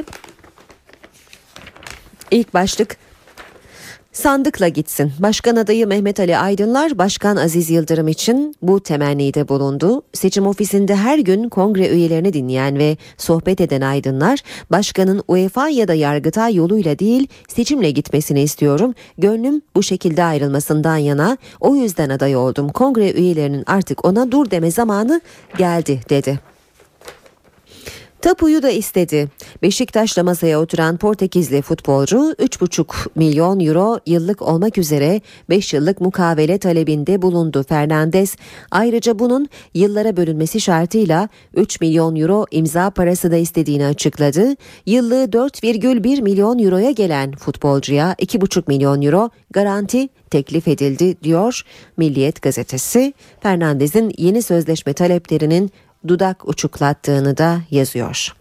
İlk başlık sandıkla gitsin. Başkan adayı Mehmet Ali Aydınlar, Başkan Aziz Yıldırım için bu temennide bulundu. Seçim ofisinde her gün kongre üyelerini dinleyen ve sohbet eden Aydınlar, Başkanın UEFA ya da Yargıtay yoluyla değil seçimle gitmesini istiyorum. Gönlüm bu şekilde ayrılmasından yana, o yüzden aday oldum. Kongre üyelerinin artık ona dur deme zamanı geldi dedi. Tapuyu da istedi. Beşiktaş'la masaya oturan Portekizli futbolcu 3,5 milyon euro yıllık olmak üzere 5 yıllık mukavele talebinde bulundu. Fernandes ayrıca bunun yıllara bölünmesi şartıyla 3 milyon euro imza parası da istediğini açıkladı. Yıllığı 4,1 milyon euroya gelen futbolcuya 2,5 milyon euro garanti teklif edildi diyor Milliyet gazetesi. Fernandes'in yeni sözleşme taleplerinin dudak uçuklattığını da yazıyor.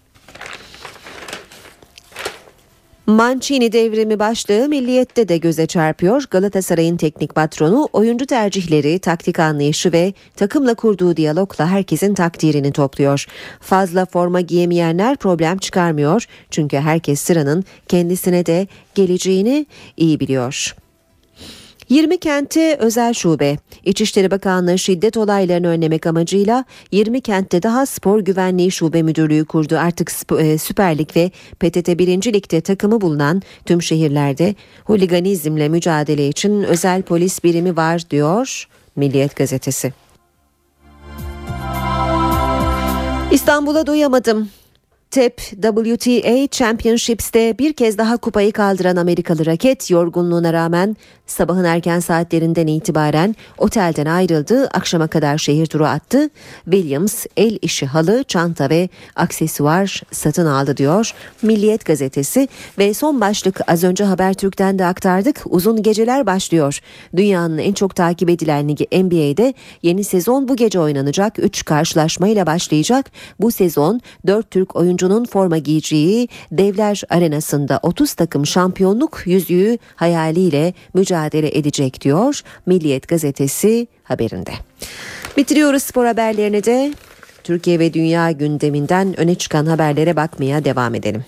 Mancini devrimi başlığı Milliyet'te de göze çarpıyor. Galatasaray'ın teknik patronu oyuncu tercihleri, taktik anlayışı ve takımla kurduğu diyalogla herkesin takdirini topluyor. Fazla forma giyemeyenler problem çıkarmıyor. Çünkü herkes sıranın kendisine de geleceğini iyi biliyor. 20 kente özel şube. İçişleri Bakanlığı şiddet olaylarını önlemek amacıyla 20 kentte daha spor güvenliği şube müdürlüğü kurdu. Artık Süper Lig ve PTT 1. Lig'de takımı bulunan tüm şehirlerde holiganizmle mücadele için özel polis birimi var diyor Milliyet gazetesi. İstanbul'a doyamadım. TEP WTA Championships'te bir kez daha kupayı kaldıran Amerikalı raket yorgunluğuna rağmen sabahın erken saatlerinden itibaren otelden ayrıldı, akşama kadar şehir turu attı. Williams el işi halı, çanta ve aksesuar satın aldı diyor Milliyet gazetesi ve son başlık az önce Habertürk'ten de aktardık. Uzun geceler başlıyor. Dünyanın en çok takip edilen ligi NBA'de yeni sezon bu gece oynanacak. 3 karşılaşmayla başlayacak. Bu sezon 4 Türk oyuncu oyuncunun forma giyeceği Devler Arenası'nda 30 takım şampiyonluk yüzüğü hayaliyle mücadele edecek diyor Milliyet gazetesi haberinde. Bitiriyoruz spor haberlerini de. Türkiye ve dünya gündeminden öne çıkan haberlere bakmaya devam edelim.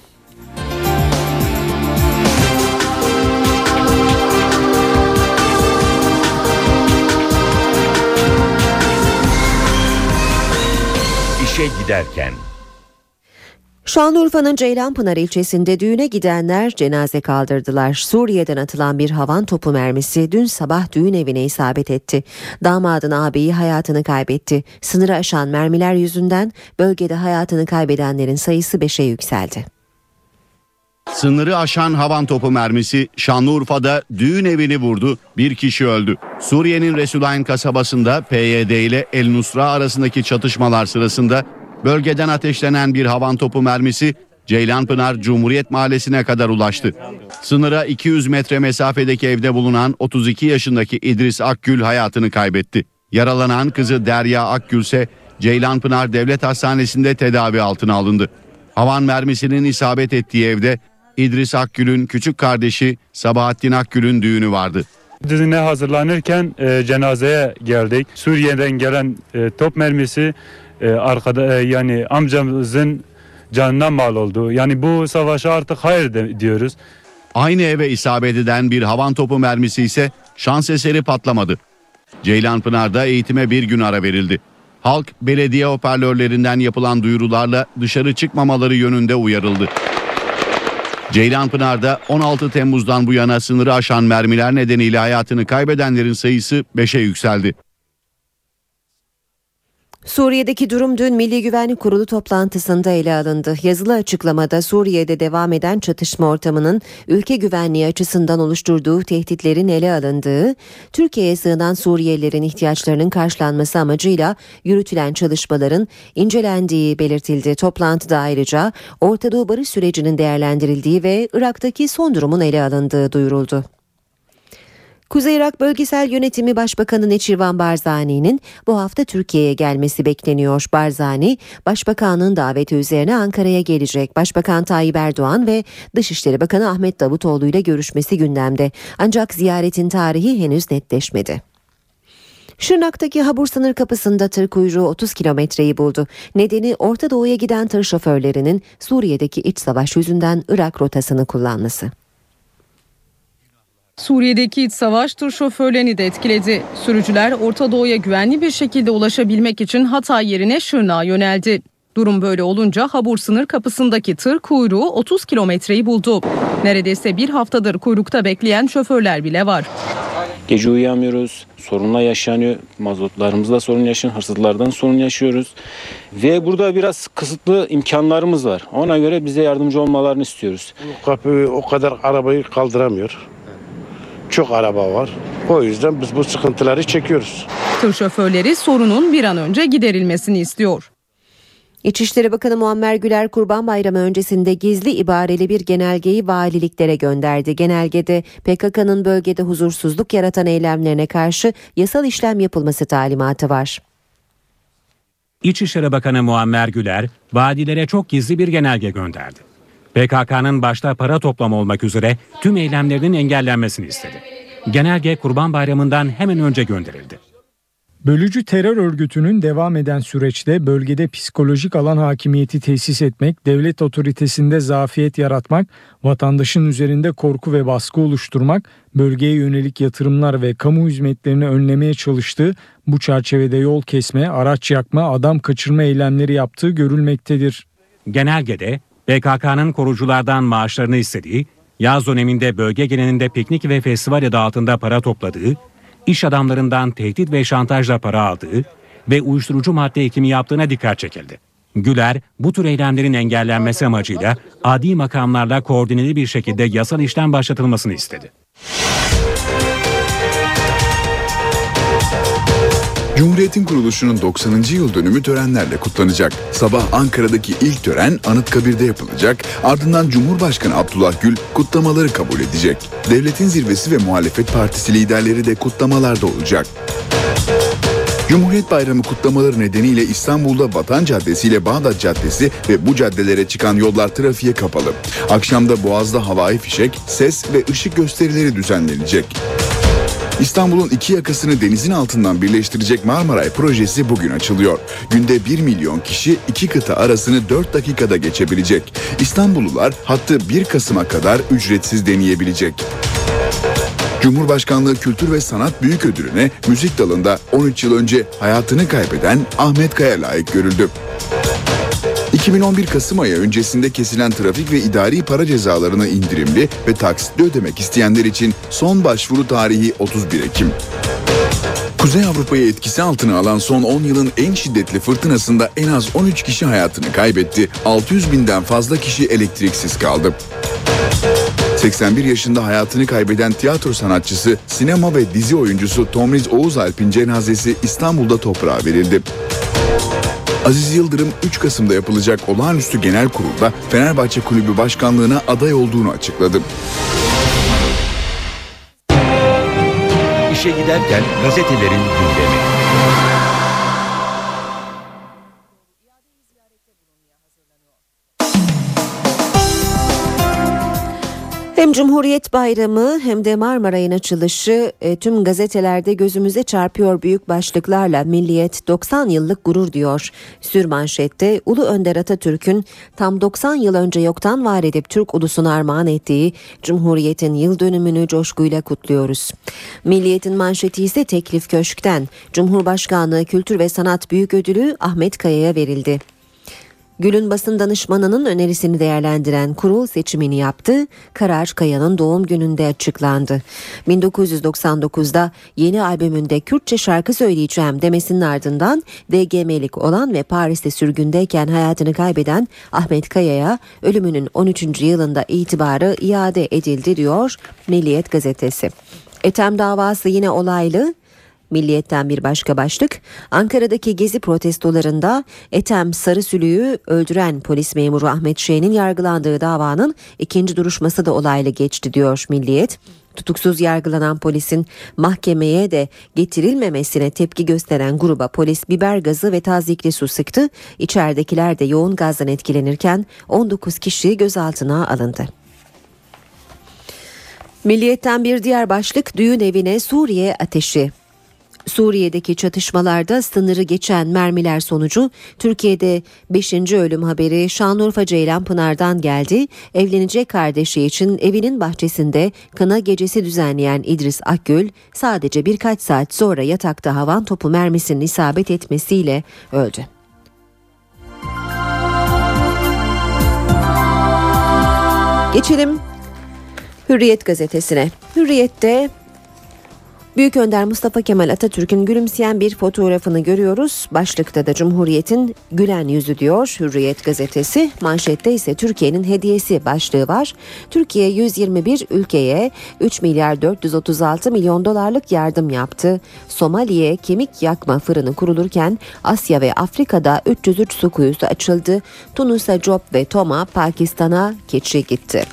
İşe giderken. Şanlıurfa'nın Ceylanpınar ilçesinde düğüne gidenler cenaze kaldırdılar. Suriye'den atılan bir havan topu mermisi dün sabah düğün evine isabet etti. Damadın ağabeyi hayatını kaybetti. Sınırı aşan mermiler yüzünden bölgede hayatını kaybedenlerin sayısı 5'e yükseldi. Sınırı aşan havan topu mermisi Şanlıurfa'da düğün evini vurdu. Bir kişi öldü. Suriye'nin Resulayn kasabasında PYD ile El Nusra arasındaki çatışmalar sırasında bölgeden ateşlenen bir havan topu mermisi Ceylanpınar Cumhuriyet Mahallesi'ne kadar ulaştı. Sınıra 200 metre mesafedeki evde bulunan 32 yaşındaki İdris Akgül hayatını kaybetti. Yaralanan kızı Derya Akgül ise Ceylanpınar Devlet Hastanesi'nde tedavi altına alındı. Havan mermisinin isabet ettiği evde İdris Akgül'ün küçük kardeşi Sabahattin Akgül'ün düğünü vardı. Düğüne hazırlanırken cenazeye geldik. Suriye'den gelen top mermisi yani amcamızın canına mal oldu. Yani bu savaşa artık hayır diyoruz. Aynı eve isabet eden bir havan topu mermisi ise şans eseri patlamadı. Ceylanpınar'da eğitime bir gün ara verildi. Halk belediye hoparlörlerinden yapılan duyurularla dışarı çıkmamaları yönünde uyarıldı. Ceylanpınar'da 16 Temmuz'dan bu yana sınırı aşan mermiler nedeniyle hayatını kaybedenlerin sayısı 5'e yükseldi. Suriye'deki durum dün Milli Güvenlik Kurulu toplantısında ele alındı. Yazılı açıklamada Suriye'de devam eden çatışma ortamının ülke güvenliği açısından oluşturduğu tehditlerin ele alındığı, Türkiye'ye sığınan Suriyelilerin ihtiyaçlarının karşılanması amacıyla yürütülen çalışmaların incelendiği belirtildi. Toplantıda ayrıca Orta Doğu barış sürecinin değerlendirildiği ve Irak'taki son durumun ele alındığı duyuruldu. Kuzey Irak Bölgesel Yönetimi Başbakanı Neçirvan Barzani'nin bu hafta Türkiye'ye gelmesi bekleniyor. Barzani, Başbakanın daveti üzerine Ankara'ya gelecek. Başbakan Tayyip Erdoğan ve Dışişleri Bakanı Ahmet Davutoğlu ile görüşmesi gündemde. Ancak ziyaretin tarihi henüz netleşmedi. Şırnak'taki Habur sınır kapısında tır kuyruğu 30 kilometreyi buldu. Nedeni Orta Doğu'ya giden tır şoförlerinin Suriye'deki iç savaş yüzünden Irak rotasını kullanması. Suriye'deki iç savaş tır şoförlerini de etkiledi. Sürücüler Orta Doğu'ya güvenli bir şekilde ulaşabilmek için Hatay yerine Şırnak'a yöneldi. Durum böyle olunca Habur sınır kapısındaki tır kuyruğu 30 kilometreyi buldu. Neredeyse bir haftadır kuyrukta bekleyen şoförler bile var. Gece uyuyamıyoruz, sorunla yaşanıyor, mazotlarımızla sorun yaşanıyor, hırsızlardan sorun yaşıyoruz. Ve burada biraz kısıtlı imkanlarımız var. Ona göre bize yardımcı olmalarını istiyoruz. Kapı o kadar arabayı kaldıramıyor. Çok araba var. O yüzden biz bu sıkıntıları çekiyoruz. Tır şoförleri sorunun bir an önce giderilmesini istiyor. İçişleri Bakanı Muammer Güler Kurban Bayramı öncesinde gizli ibareli bir genelgeyi valiliklere gönderdi. Genelgede PKK'nın bölgede huzursuzluk yaratan eylemlerine karşı yasal işlem yapılması talimatı var. İçişleri Bakanı Muammer Güler vadilere çok gizli bir genelge gönderdi. PKK'nın başta para toplama olmak üzere tüm eylemlerinin engellenmesini istedi. Genelge Kurban Bayramı'ndan hemen önce gönderildi. Bölücü terör örgütünün devam eden süreçte bölgede psikolojik alan hakimiyeti tesis etmek, devlet otoritesinde zafiyet yaratmak, vatandaşın üzerinde korku ve baskı oluşturmak, bölgeye yönelik yatırımlar ve kamu hizmetlerini önlemeye çalıştığı, bu çerçevede yol kesme, araç yakma, adam kaçırma eylemleri yaptığı görülmektedir. Genelgede PKK'nın koruculardan maaşlarını istediği, yaz döneminde bölge genelinde piknik ve festival adı altında para topladığı, iş adamlarından tehdit ve şantajla para aldığı ve uyuşturucu madde ekimi yaptığına dikkat çekildi. Güler, bu tür eylemlerin engellenmesi amacıyla adli makamlarla koordineli bir şekilde yasal işlem başlatılmasını istedi. Cumhuriyet'in kuruluşunun 90. yıl dönümü törenlerle kutlanacak. Sabah Ankara'daki ilk tören Anıtkabir'de yapılacak. Ardından Cumhurbaşkanı Abdullah Gül kutlamaları kabul edecek. Devletin zirvesi ve muhalefet partisi liderleri de kutlamalarda olacak. Cumhuriyet Bayramı kutlamaları nedeniyle İstanbul'da Vatan Caddesi ile Bağdat Caddesi ve bu caddelere çıkan yollar trafiğe kapalı. Akşamda Boğaz'da havai fişek, ses ve ışık gösterileri düzenlenecek. İstanbul'un iki yakasını denizin altından birleştirecek Marmaray projesi bugün açılıyor. Günde 1 milyon kişi iki kıta arasını 4 dakikada geçebilecek. İstanbullular hattı 1 Kasım'a kadar ücretsiz deneyebilecek. Cumhurbaşkanlığı Kültür ve Sanat Büyüködülü'ne müzik dalında 13 yıl önce hayatını kaybeden Ahmet Kaya layık görüldü. 2011 Kasım ayı öncesinde kesilen trafik ve idari para cezalarını indirimli ve taksitli ödemek isteyenler için son başvuru tarihi 31 Ekim. Kuzey Avrupa'yı etkisi altına alan son 10 yılın en şiddetli fırtınasında en az 13 kişi hayatını kaybetti. 600 binden fazla kişi elektriksiz kaldı. 81 yaşında hayatını kaybeden tiyatro sanatçısı, sinema ve dizi oyuncusu Tomriz Oğuzalp'in cenazesi İstanbul'da toprağa verildi. Aziz Yıldırım 3 Kasım'da yapılacak olağanüstü genel kurulda Fenerbahçe Kulübü Başkanlığı'na aday olduğunu açıkladı. İşe giderken gazetelerin gündemi. Hem Cumhuriyet Bayramı hem de Marmaray'ın açılışı tüm gazetelerde gözümüze çarpıyor büyük başlıklarla. Milliyet 90 yıllık gurur diyor. Sürmanşette Ulu Önder Atatürk'ün tam 90 yıl önce yoktan var edip Türk ulusuna armağan ettiği Cumhuriyet'in yıl dönümünü coşkuyla kutluyoruz. Milliyet'in manşeti ise Teklif Köşk'ten Cumhurbaşkanlığı Kültür ve Sanat Büyüködülü Ahmet Kaya'ya verildi. Gül'ün basın danışmanının önerisini değerlendiren kurul seçimini yaptı. Karar Kaya'nın doğum gününde açıklandı. 1999'da yeni albümünde Kürtçe şarkı söyleyeceğim demesinin ardından DGM'lik olan ve Paris'te sürgündeyken hayatını kaybeden Ahmet Kaya'ya ölümünün 13. yılında itibarı iade edildi diyor Milliyet gazetesi. Ethem davası yine olaylı. Milliyet'ten bir başka başlık, Ankara'daki gezi protestolarında Ethem Sarısülü'yü öldüren polis memuru Ahmet Şen'in yargılandığı davanın ikinci duruşması da olaylı geçti diyor Milliyet. Tutuksuz yargılanan polisin mahkemeye de getirilmemesine tepki gösteren gruba polis biber gazı ve tazyikli su sıktı. İçeridekiler de yoğun gazdan etkilenirken 19 kişi gözaltına alındı. Milliyet'ten bir diğer başlık, düğün evine Suriye ateşi. Suriye'deki çatışmalarda sınırı geçen mermiler sonucu Türkiye'de 5. ölüm haberi Şanlıurfa Ceylanpınar'dan geldi. Evlenecek kardeşi için evinin bahçesinde kına gecesi düzenleyen İdris Akgül sadece birkaç saat sonra yatakta havan topu mermisinin isabet etmesiyle öldü. Geçelim Hürriyet gazetesine. Hürriyet'te Büyük Önder Mustafa Kemal Atatürk'ün gülümseyen bir fotoğrafını görüyoruz. Başlıkta da Cumhuriyet'in gülen yüzü diyor Hürriyet gazetesi. Manşette ise Türkiye'nin hediyesi başlığı var. Türkiye 121 ülkeye 3 milyar 436 milyon dolarlık yardım yaptı. Somali'ye kemik yakma fırını kurulurken Asya ve Afrika'da 303 su kuyusu açıldı. Tunus'a Job ve Toma, Pakistan'a keçi gitti.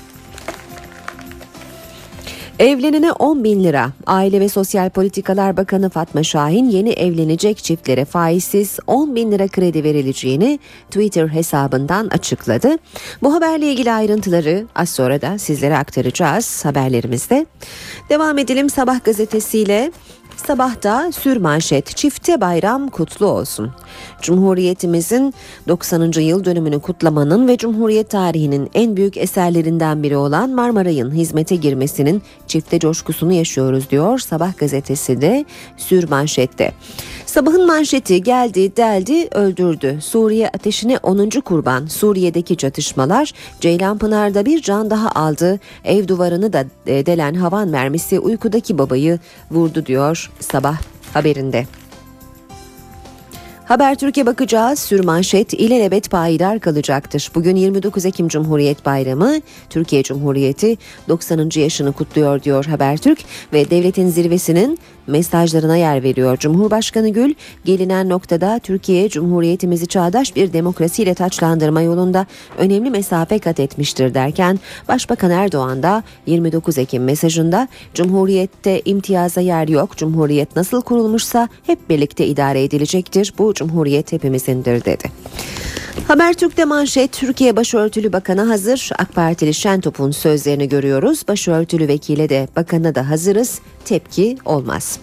Evlenene 10 bin lira. Aile ve Sosyal Politikalar Bakanı Fatma Şahin yeni evlenecek çiftlere faizsiz 10 bin lira kredi verileceğini Twitter hesabından açıkladı. Bu haberle ilgili ayrıntıları az sonra da sizlere aktaracağız haberlerimizde. Devam edelim Sabah gazetesiyle. Sabahta sürmanşet, çifte bayram kutlu olsun. Cumhuriyetimizin 90. yıl dönümünü kutlamanın ve Cumhuriyet tarihinin en büyük eserlerinden biri olan Marmaray'ın hizmete girmesinin çifte coşkusunu yaşıyoruz diyor Sabah gazetesi de sürmanşette. Sabahın manşeti geldi, deldi, öldürdü. Suriye ateşine 10. kurban. Suriye'deki çatışmalar Ceylanpınar'da bir can daha aldı. Ev duvarını da delen havan mermisi uykudaki babayı vurdu diyor Sabah haberinde. Habertürk'e bakacağız. Sürmanşet ilelebet payidar kalacaktır. Bugün 29 Ekim Cumhuriyet Bayramı. Türkiye Cumhuriyeti 90. yaşını kutluyor diyor Habertürk ve devletin zirvesinin mesajlarına yer veriyor. Cumhurbaşkanı Gül, gelinen noktada Türkiye Cumhuriyetimizi çağdaş bir demokrasiyle taçlandırma yolunda önemli mesafe kat etmiştir derken Başbakan Erdoğan da 29 Ekim mesajında Cumhuriyette imtiyaza yer yok. Cumhuriyet nasıl kurulmuşsa hep birlikte idare edilecektir. Bu Cumhuriyet hepimizindir dedi. Habertürk'te manşet Türkiye Başörtülü Bakanı hazır. AK Partili Şentop'un sözlerini görüyoruz. Başörtülü vekile de bakana da hazırız. Tepki olmaz.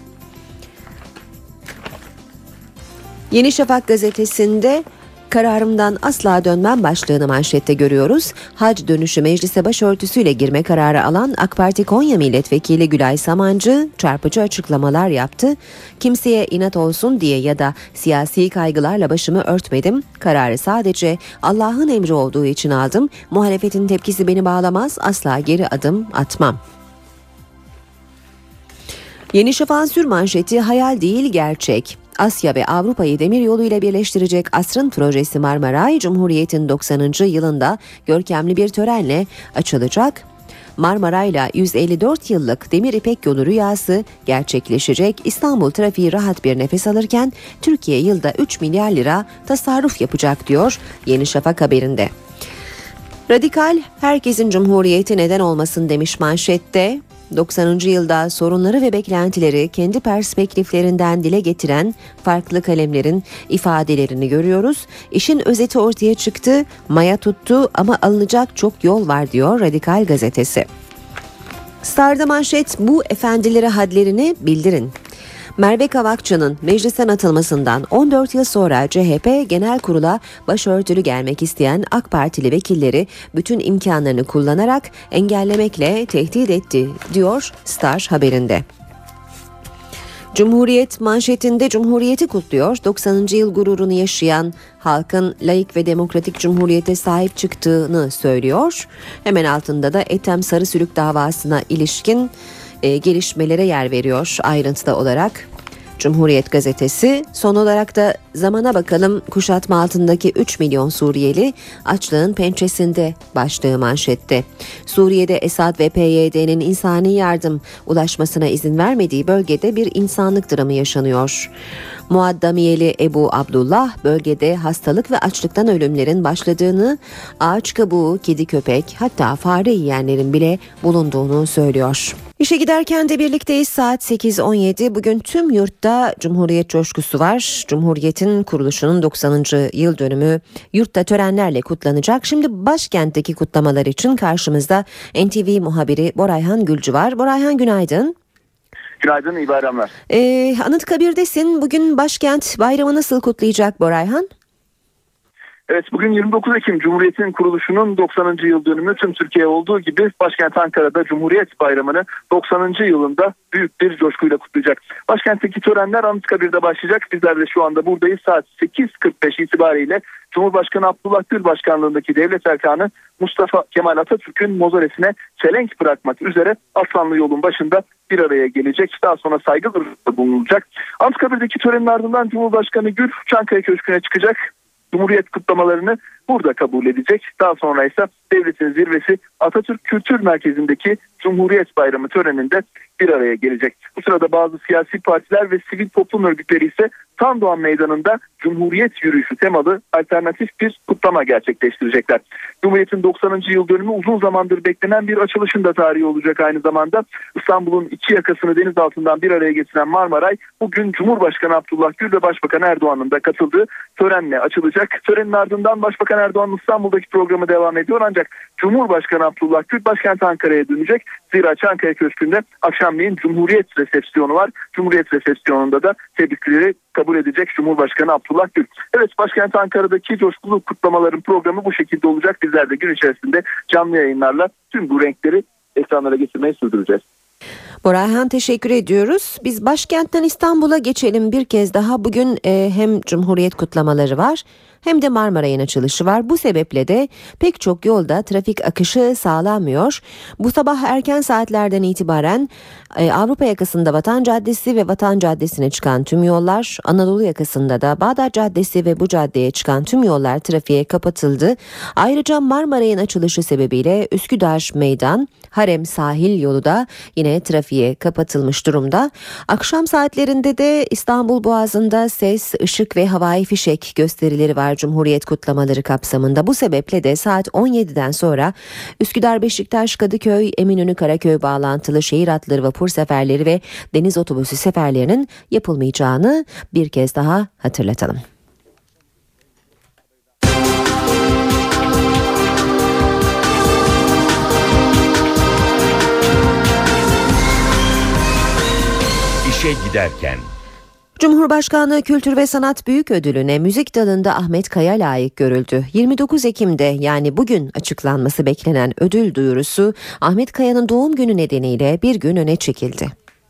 Yeni Şafak gazetesinde kararımdan asla dönmem başlığını manşette görüyoruz. Hac dönüşü meclise başörtüsüyle girme kararı alan AK Parti Konya Milletvekili Gülay Samancı çarpıcı açıklamalar yaptı. Kimseye inat olsun diye ya da siyasi kaygılarla başımı örtmedim. Kararı sadece Allah'ın emri olduğu için aldım. Muhalefetin tepkisi beni bağlamaz. Asla geri adım atmam. Yeni Şafak'ın sürmanşeti hayal değil gerçek. Asya ve Avrupa'yı demiryolu ile birleştirecek asrın projesi Marmaray, Cumhuriyet'in 90. yılında görkemli bir törenle açılacak. Marmaray'la 154 yıllık Demir İpek Yolu rüyası gerçekleşecek. İstanbul trafiği rahat bir nefes alırken Türkiye yılda 3 milyar lira tasarruf yapacak diyor Yeni Şafak haberinde. Radikal, herkesin cumhuriyeti neden olmasın demiş manşette. 90. yılda sorunları ve beklentileri kendi perspektiflerinden dile getiren farklı kalemlerin ifadelerini görüyoruz. İşin özeti ortaya çıktı, maya tuttu ama alınacak çok yol var diyor Radikal gazetesi. Star'da manşet bu efendilere hadlerini bildirin. Merve Kavakçı'nın meclisten atılmasından 14 yıl sonra CHP Genel Kurulu'na başörtülü gelmek isteyen AK Partili vekilleri bütün imkanlarını kullanarak engellemekle tehdit etti diyor Star haberinde. Cumhuriyet manşetinde Cumhuriyeti kutluyor. 90. yıl gururunu yaşayan halkın laik ve demokratik cumhuriyete sahip çıktığını söylüyor. Hemen altında da Ethem Sarısülük davasına ilişkin gelişmelere yer veriyor ayrıntıda olarak. Cumhuriyet gazetesi son olarak da zamana bakalım kuşatma altındaki 3 milyon Suriyeli açlığın pençesinde başlığı manşette. Suriye'de Esad ve PYD'nin insani yardım ulaşmasına izin vermediği bölgede bir insanlık dramı yaşanıyor. Muaddamiyeli Ebu Abdullah bölgede hastalık ve açlıktan ölümlerin başladığını, ağaç kabuğu, kedi köpek hatta fare yiyenlerin bile bulunduğunu söylüyor. İşe giderken de birlikteyiz saat 8.17. Bugün tüm yurtta Cumhuriyet coşkusu var. Cumhuriyet'in kuruluşunun 90. yıl dönümü yurtta törenlerle kutlanacak. Şimdi başkentteki kutlamalar için karşımızda NTV muhabiri Borayhan Gülcü var. Borayhan günaydın. Günaydın, iyi bayramlar. Anıtkabir'desin. Bugün başkent bayramı nasıl kutlayacak Borayhan? Evet, bugün 29 Ekim Cumhuriyet'in kuruluşunun 90. yıl dönümü. Tüm Türkiye olduğu gibi başkent Ankara'da Cumhuriyet Bayramı'nı 90. yılında büyük bir coşkuyla kutlayacak. Başkentteki törenler Anıtkabir'de başlayacak. Bizler de şu anda buradayız. Saat 8.45 itibariyle Cumhurbaşkanı Abdullah Gül başkanlığındaki devlet erkanı Mustafa Kemal Atatürk'ün mozaresine çelenk bırakmak üzere Aslanlı yolun başında bir araya gelecek. Daha sonra saygı duruşunda bulunacak. Anıtkabir'deki törenin ardından Cumhurbaşkanı Gül Çankaya Köşkü'ne çıkacak. Cumhuriyet kutlamalarını burada kabul edecek. Daha sonra ise devletin zirvesi Atatürk Kültür Merkezi'ndeki Cumhuriyet Bayramı töreninde bir araya gelecek. Bu sırada bazı siyasi partiler ve sivil toplum örgütleri ise Tandoğan Meydanı'nda Cumhuriyet yürüyüşü temalı alternatif bir kutlama gerçekleştirecekler. Cumhuriyet'in 90. yıl dönümü uzun zamandır beklenen bir açılışın da tarihi olacak aynı zamanda. İstanbul'un iki yakasını deniz altından bir araya getiren Marmaray bugün Cumhurbaşkanı Abdullah Gül ve Başbakan Erdoğan'ın da katıldığı törenle açılacak. Törenin ardından Başbakan Erdoğan İstanbul'daki programı devam ediyor ancak Cumhurbaşkanı Abdullah Gül başkent Ankara'ya dönecek. Zira Çankaya Köşkü'nde akşamleyin Cumhuriyet resepsiyonu var. Cumhuriyet resepsiyonunda da tebrikleri kabul edecek Cumhurbaşkanı Abdullah Gül. Evet, başkent Ankara'daki coşkulu kutlamaların programı bu şekilde olacak. Bizler de gün içerisinde canlı yayınlarla tüm bu renkleri ekranlara getirmeyi sürdüreceğiz. Orhan, teşekkür ediyoruz. Biz başkentten İstanbul'a geçelim bir kez daha. Bugün hem Cumhuriyet kutlamaları var hem de Marmaray'ın açılışı var. Bu sebeple de pek çok yolda trafik akışı sağlanmıyor. Bu sabah erken saatlerden itibaren Avrupa yakasında Vatan Caddesi ve Vatan Caddesi'ne çıkan tüm yollar, Anadolu yakasında da Bağdat Caddesi ve bu caddeye çıkan tüm yollar trafiğe kapatıldı. Ayrıca Marmaray'ın açılışı sebebiyle Üsküdar Meydan, Harem Sahil yolu da yine trafiğe kapatılmış durumda. Akşam saatlerinde de İstanbul Boğazı'nda ses, ışık ve havai fişek gösterileri var Cumhuriyet kutlamaları kapsamında. Bu sebeple de saat 17'den sonra Üsküdar, Beşiktaş, Kadıköy, Eminönü, Karaköy bağlantılı şehir hatları, vapur seferleri ve deniz otobüsü seferlerinin yapılmayacağını bir kez daha hatırlatalım. İşe giderken. Cumhurbaşkanlığı Kültür ve Sanat Büyük Ödülü'ne müzik dalında Ahmet Kaya layık görüldü. 29 Ekim'de yani bugün açıklanması beklenen ödül duyurusu Ahmet Kaya'nın doğum günü nedeniyle bir gün öne çekildi.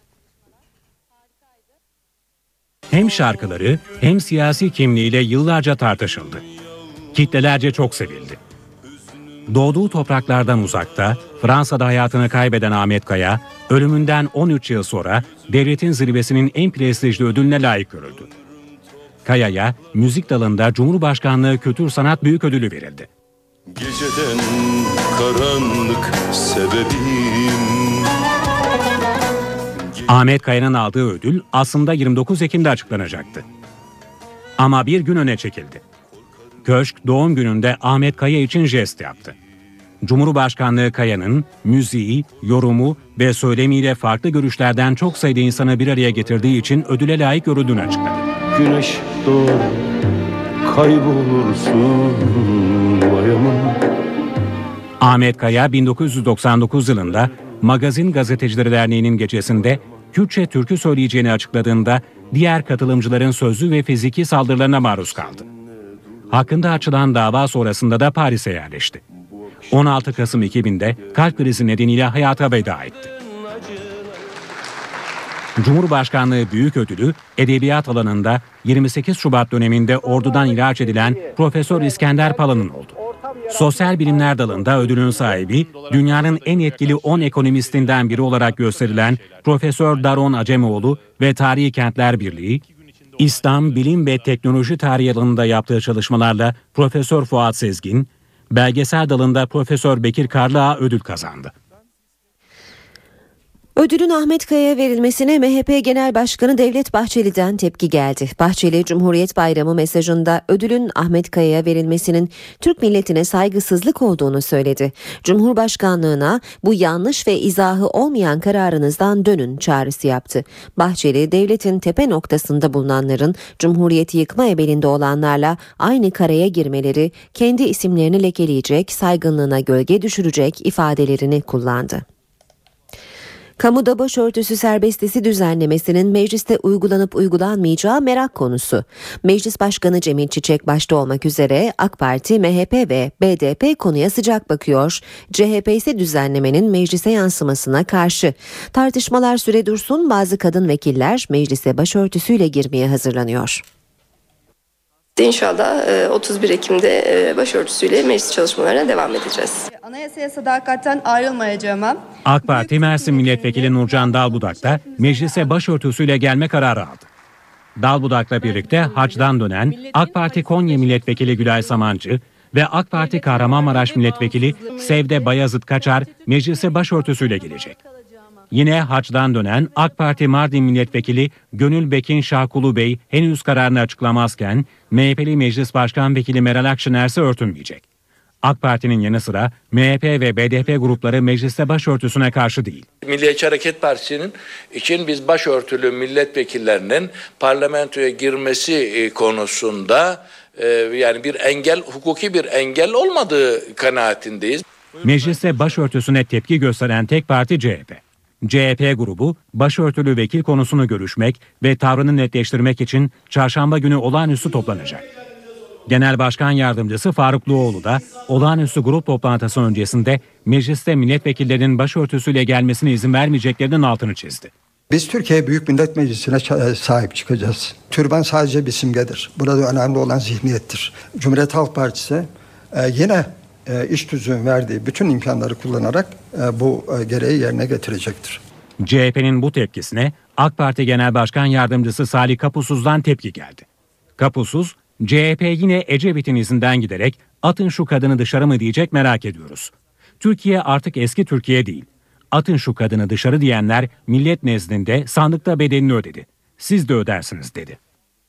Hem şarkıları hem siyasi kimliğiyle yıllarca tartışıldı. Kitlelerce çok sevildi. Doğduğu topraklardan uzakta, Fransa'da hayatını kaybeden Ahmet Kaya, ölümünden 13 yıl sonra devletin zirvesinin en prestijli ödülüne layık görüldü. Kaya'ya müzik dalında Cumhurbaşkanlığı Kültür Sanat Büyük Ödülü verildi. Geceden karanlık sebebim. Ahmet Kaya'nın aldığı ödül aslında 29 Ekim'de açıklanacaktı. Ama bir gün öne çekildi. Köşk doğum gününde Ahmet Kaya için jest yaptı. Cumhurbaşkanlığı Kaya'nın müziği, yorumu ve söylemiyle farklı görüşlerden çok sayıda insanı bir araya getirdiği için ödüle layık görüldüğünü açıkladı. Güneş doğar, kaybolursun ayamın. Ahmet Kaya 1999 yılında Magazin Gazetecileri Derneği'nin gecesinde Kürtçe türkü söyleyeceğini açıkladığında diğer katılımcıların sözlü ve fiziki saldırılarına maruz kaldı. Hakkında açılan dava sonrasında da Paris'e yerleşti. 16 Kasım 2000'de kalp krizi nedeniyle hayata veda etti. Cumhurbaşkanlığı Büyük Ödülü edebiyat alanında 28 Şubat döneminde ordudan ihraç edilen Profesör İskender Pala'nın oldu. Sosyal bilimler dalında ödülün sahibi, dünyanın en etkili 10 ekonomistinden biri olarak gösterilen Profesör Daron Acemoğlu ve Tarihi Kentler Birliği, İslam, bilim ve teknoloji tarihi alanında yaptığı çalışmalarla Profesör Fuat Sezgin, belgesel dalında Profesör Bekir Karlıağ ödül kazandı. Ödülün Ahmet Kaya'ya verilmesine MHP Genel Başkanı Devlet Bahçeli'den tepki geldi. Bahçeli, Cumhuriyet Bayramı mesajında ödülün Ahmet Kaya'ya verilmesinin Türk milletine saygısızlık olduğunu söyledi. Cumhurbaşkanlığına bu yanlış ve izahı olmayan kararınızdan dönün çağrısı yaptı. Bahçeli, devletin tepe noktasında bulunanların Cumhuriyeti yıkma ebelinde olanlarla aynı karaya girmeleri kendi isimlerini lekeleyecek, saygınlığına gölge düşürecek ifadelerini kullandı. Kamuda başörtüsü serbestisi düzenlemesinin mecliste uygulanıp uygulanmayacağı merak konusu. Meclis Başkanı Cemil Çiçek başta olmak üzere AK Parti, MHP ve BDP konuya sıcak bakıyor. CHP ise düzenlemenin meclise yansımasına karşı. Tartışmalar süre dursun, bazı kadın vekiller meclise başörtüsüyle girmeye hazırlanıyor. İnşallah 31 Ekim'de başörtüsüyle meclis çalışmalarına devam edeceğiz. Anayasaya sadakatten ayrılmayacağıma. AK Parti Mersin Milletvekili Nurcan Dalbudak da meclise başörtüsüyle gelme kararı aldı. Dalbudak'la birlikte hacdan dönen AK Parti Konya Milletvekili Gülay Samancı ve AK Parti Kahramanmaraş Milletvekili Sevde Bayazıt Kaçar meclise başörtüsüyle gelecek. Yine hacdan dönen AK Parti Mardin Milletvekili Gönül Bekin Şahkulu Bey henüz kararını açıklamazken MHP'li Meclis Başkan Vekili Meral Akşener ise örtünmeyecek. AK Parti'nin yanı sıra MHP ve BDP grupları mecliste başörtüsüne karşı değil. Milliyetçi Hareket Partisi'nin için biz başörtülü milletvekillerinin parlamentoya girmesi konusunda yani bir engel, hukuki bir engel olmadığı kanaatindeyiz. Mecliste başörtüsüne tepki gösteren tek parti CHP. CHP grubu başörtülü vekil konusunu görüşmek ve tavrını netleştirmek için çarşamba günü olağanüstü toplanacak. Genel Başkan Yardımcısı Farukluoğlu da olağanüstü grup toplantısı öncesinde mecliste milletvekillerinin başörtüsüyle gelmesine izin vermeyeceklerinin altını çizdi. Biz Türkiye Büyük Millet Meclisi'ne sahip çıkacağız. Türban sadece bir simgedir. Burada önemli olan zihniyettir. Cumhuriyet Halk Partisi yine iş tüzüğün verdiği bütün imkanları kullanarak bu gereği yerine getirecektir. CHP'nin bu tepkisine AK Parti Genel Başkan Yardımcısı Salih Kapusuz'dan tepki geldi. Kapusuz, CHP yine Ecevit'in izinden giderek atın şu kadını dışarı mı diyecek merak ediyoruz. Türkiye artık eski Türkiye değil. Atın şu kadını dışarı diyenler millet nezdinde sandıkta bedelini ödedi. Siz de ödersiniz dedi.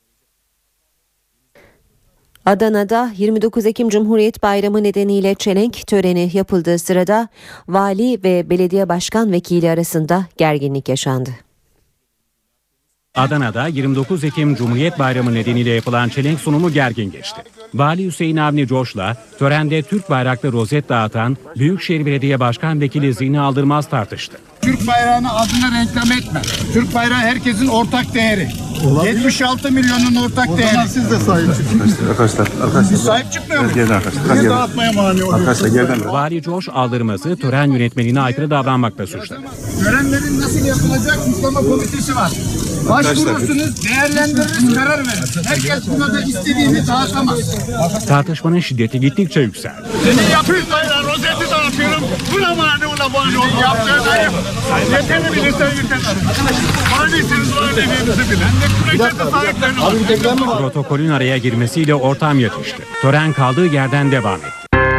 Adana'da 29 Ekim Cumhuriyet Bayramı nedeniyle çelenk töreni yapıldığı sırada vali ve belediye başkan vekili arasında gerginlik yaşandı. Adana'da 29 Ekim Cumhuriyet Bayramı nedeniyle yapılan çelenk sunumu gergin geçti. Vali Hüseyin Avni Coş'la törende Türk bayraklı rozet dağıtan Büyükşehir Belediye Başkan Vekili Zihni Aldırmaz tartıştı. Türk bayrağını adına reklam etme. Türk bayrağı herkesin ortak değeri. Olabilir. 76 milyonun ortak değeri. O zaman siz de sahip çıkın. Arkadaşlar. Biz sahip çıkmıyor muyuz? Niye dağıtmaya mani oluyorsunuz? Vali Coş Aldırmaz'ı tören yönetmeliğine aykırı davranmakla suçladı. Törenlerin nasıl yapılacak kutlama komitesi var. Başvurursunuz, değerlendiririz, karar verir. Herkes buna da istediğini dağıtamaz. Tartışmanın şiddeti gittikçe yükseldi. Senin yaptığın bayrağı rozeti dağıtıyorum. Buna mani olun. Yaptığın ayıp. Yeterini bilirsen yeter. Manisiniz o ödediğinizi bilen. Protokolün araya girmesiyle ortam yatıştı. Tören kaldığı yerden devam etti.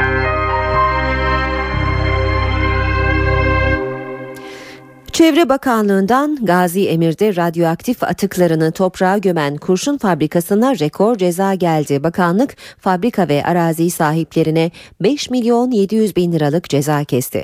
Çevre Bakanlığı'ndan Gazi Emir'de radyoaktif atıklarını toprağa gömen kurşun fabrikasına rekor ceza geldi. Bakanlık fabrika ve arazi sahiplerine 5.700.000 liralık ceza kesti.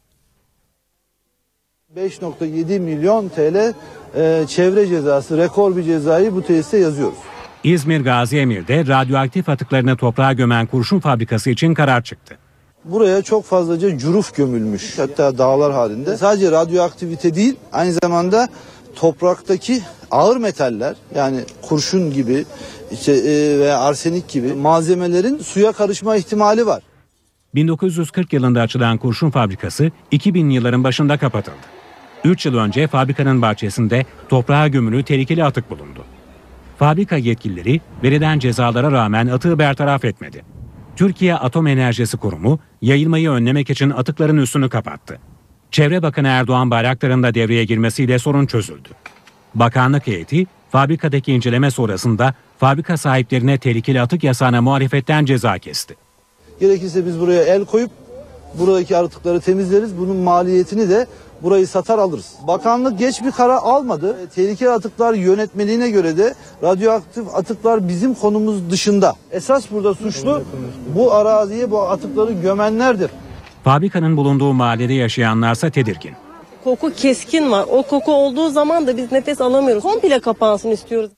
5.7 milyon TL çevre cezası, rekor bir cezayı bu tesiste yazıyoruz. İzmir Gazi Emir'de radyoaktif atıklarını toprağa gömen kurşun fabrikası için karar çıktı. Buraya çok fazlaca cüruf gömülmüş, hatta dağlar halinde. Sadece radyoaktivite değil, aynı zamanda topraktaki ağır metaller, yani kurşun gibi veya arsenik gibi malzemelerin suya karışma ihtimali var. 1940 yılında açılan kurşun fabrikası 2000 yılların başında kapatıldı. 3 yıl önce fabrikanın bahçesinde toprağa gömülü tehlikeli atık bulundu. Fabrika yetkilileri verilen cezalara rağmen atığı bertaraf etmedi. Türkiye Atom Enerjisi Kurumu yayılmayı önlemek için atıkların üstünü kapattı. Çevre Bakanı Erdoğan Bayraktar'ın da devreye girmesiyle sorun çözüldü. Bakanlık heyeti fabrikadaki inceleme sonrasında fabrika sahiplerine tehlikeli atık yasağına muhalefetten ceza kesti. Gerekirse biz buraya el koyup buradaki atıkları temizleriz. Bunun maliyetini de burayı satar alırız. Bakanlık geç bir karar almadı. Tehlikeli atıklar yönetmeliğine göre de radyoaktif atıklar bizim konumuz dışında. Esas burada suçlu bu araziye bu atıkları gömenlerdir. Fabrikanın bulunduğu mahallede yaşayanlarsa tedirgin. Koku keskin var. O koku olduğu zaman da biz nefes alamıyoruz. Komple kapansın istiyoruz.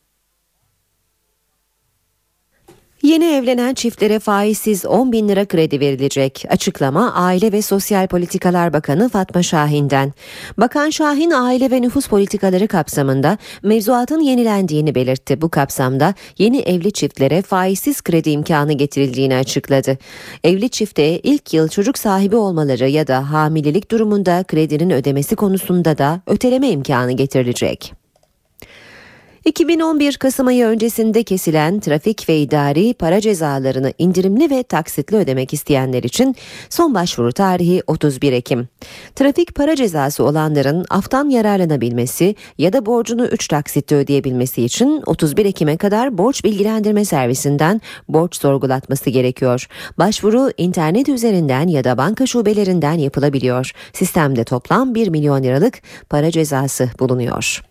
Yeni evlenen çiftlere faizsiz 10.000 lira kredi verilecek. Açıklama Aile ve Sosyal Politikalar Bakanı Fatma Şahin'den. Bakan Şahin aile ve nüfus politikaları kapsamında mevzuatın yenilendiğini belirtti. Bu kapsamda yeni evli çiftlere faizsiz kredi imkanı getirildiğini açıkladı. Evli çifte ilk yıl çocuk sahibi olmaları ya da hamilelik durumunda kredinin ödemesi konusunda da öteleme imkanı getirilecek. 2011 Kasım ayı öncesinde kesilen trafik ve idari para cezalarını indirimli ve taksitli ödemek isteyenler için son başvuru tarihi 31 Ekim. Trafik para cezası olanların aftan yararlanabilmesi ya da borcunu 3 taksitte ödeyebilmesi için 31 Ekim'e kadar borç bilgilendirme servisinden borç sorgulatması gerekiyor. Başvuru internet üzerinden ya da banka şubelerinden yapılabiliyor. Sistemde toplam 1 milyon liralık para cezası bulunuyor.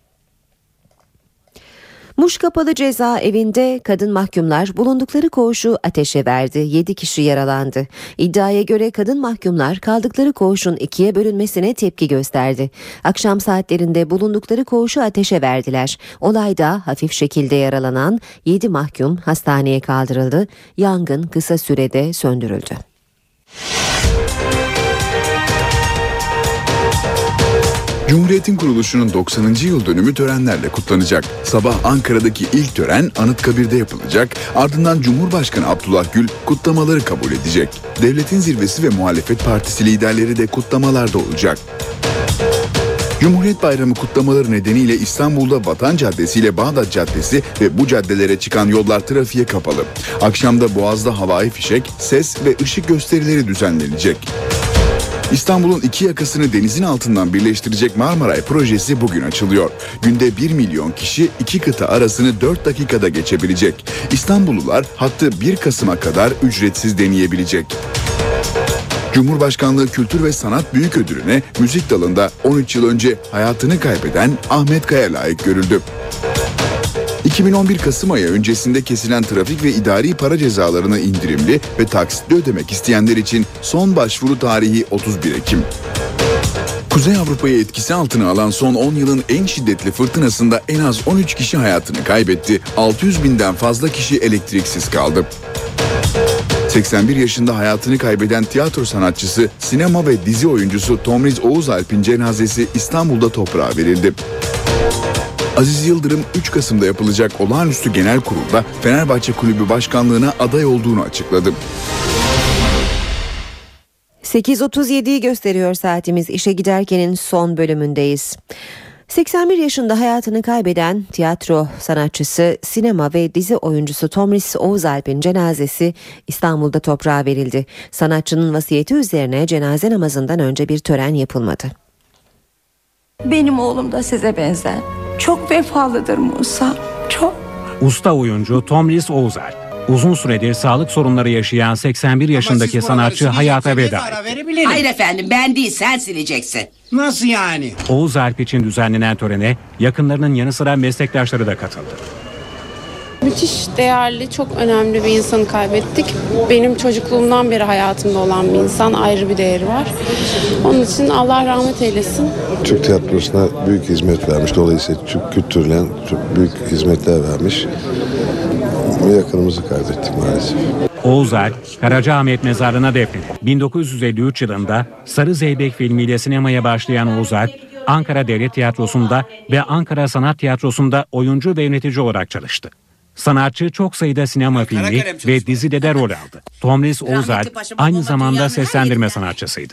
Muş Kapalı Cezaevinde kadın mahkumlar bulundukları koğuşu ateşe verdi. 7 kişi yaralandı. İddiaya göre kadın mahkumlar kaldıkları koğuşun ikiye bölünmesine tepki gösterdi. Akşam saatlerinde bulundukları koğuşu ateşe verdiler. Olayda hafif şekilde yaralanan 7 mahkum hastaneye kaldırıldı. Yangın kısa sürede söndürüldü. Cumhuriyet'in kuruluşunun 90. yıl dönümü törenlerle kutlanacak. Sabah Ankara'daki ilk tören Anıtkabir'de yapılacak. Ardından Cumhurbaşkanı Abdullah Gül kutlamaları kabul edecek. Devletin zirvesi ve muhalefet partisi liderleri de kutlamalarda olacak. Cumhuriyet Bayramı kutlamaları nedeniyle İstanbul'da Vatan Caddesi ile Bağdat Caddesi ve bu caddelere çıkan yollar trafiğe kapalı. Akşamda Boğaz'da havai fişek, ses ve ışık gösterileri düzenlenecek. İstanbul'un iki yakasını denizin altından birleştirecek Marmaray projesi bugün açılıyor. Günde 1 milyon kişi iki kıta arasını 4 dakikada geçebilecek. İstanbullular hattı 1 Kasım'a kadar ücretsiz deneyebilecek. Cumhurbaşkanlığı Kültür ve Sanat Büyük Ödülü'ne müzik dalında 13 yıl önce hayatını kaybeden Ahmet Kaya layık görüldü. 2011 Kasım ayı öncesinde kesilen trafik ve idari para cezalarını indirimli ve taksitli ödemek isteyenler için son başvuru tarihi 31 Ekim. Kuzey Avrupa'yı etkisi altına alan son 10 yılın en şiddetli fırtınasında en az 13 kişi hayatını kaybetti. 600 binden fazla kişi elektriksiz kaldı. 81 yaşında hayatını kaybeden tiyatro sanatçısı, sinema ve dizi oyuncusu Tomris Oğuzalp'in cenazesi İstanbul'da toprağa verildi. Aziz Yıldırım 3 Kasım'da yapılacak olağanüstü genel kurulda Fenerbahçe Kulübü Başkanlığı'na aday olduğunu açıkladı. 8.37'yi gösteriyor saatimiz. İşe giderkenin son bölümündeyiz. 81 yaşında hayatını kaybeden tiyatro sanatçısı, sinema ve dizi oyuncusu Tomris Oğuzalp'in cenazesi İstanbul'da toprağa verildi. Sanatçının vasiyeti üzerine cenaze namazından önce bir tören yapılmadı. Benim oğlum da size benzer. Çok vefalıdır Musa, çok. Usta oyuncu Tomris Oğuzalp, uzun süredir sağlık sorunları yaşayan 81 yaşındaki sanatçı hayata veda etti. Hayır efendim, ben değil, sen sileceksin. Nasıl yani? Oğuzalp için düzenlenen törene yakınlarının yanı sıra meslektaşları da katıldı. Müthiş değerli, çok önemli bir insanı kaybettik. Benim çocukluğumdan beri hayatımda olan bir insan, ayrı bir değeri var. Onun için Allah rahmet eylesin. Türk tiyatrosuna büyük hizmet vermiş. Dolayısıyla Türk kültürüne çok büyük hizmetler vermiş. Yakınımızı kaybettik maalesef. Oğuzalp, Karacaahmet Mezarlığı'na defnedildi. 1953 yılında Sarı Zeybek filmiyle sinemaya başlayan Oğuzalp, Ankara Devlet Tiyatrosu'nda ve Ankara Sanat Tiyatrosu'nda oyuncu ve yönetici olarak çalıştı. Sanatçı çok sayıda sinema filmi ve dizide de rol aldı. Tomris Oğuzalp aynı zamanda seslendirme sanatçısıydı.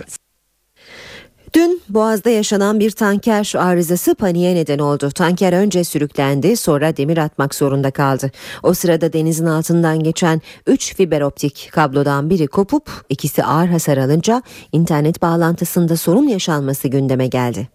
Dün Boğaz'da yaşanan bir tanker arızası paniğe neden oldu. Tanker önce sürüklendi, sonra demir atmak zorunda kaldı. O sırada denizin altından geçen 3 fiber optik kablodan biri kopup ikisi ağır hasar alınca internet bağlantısında sorun yaşanması gündeme geldi.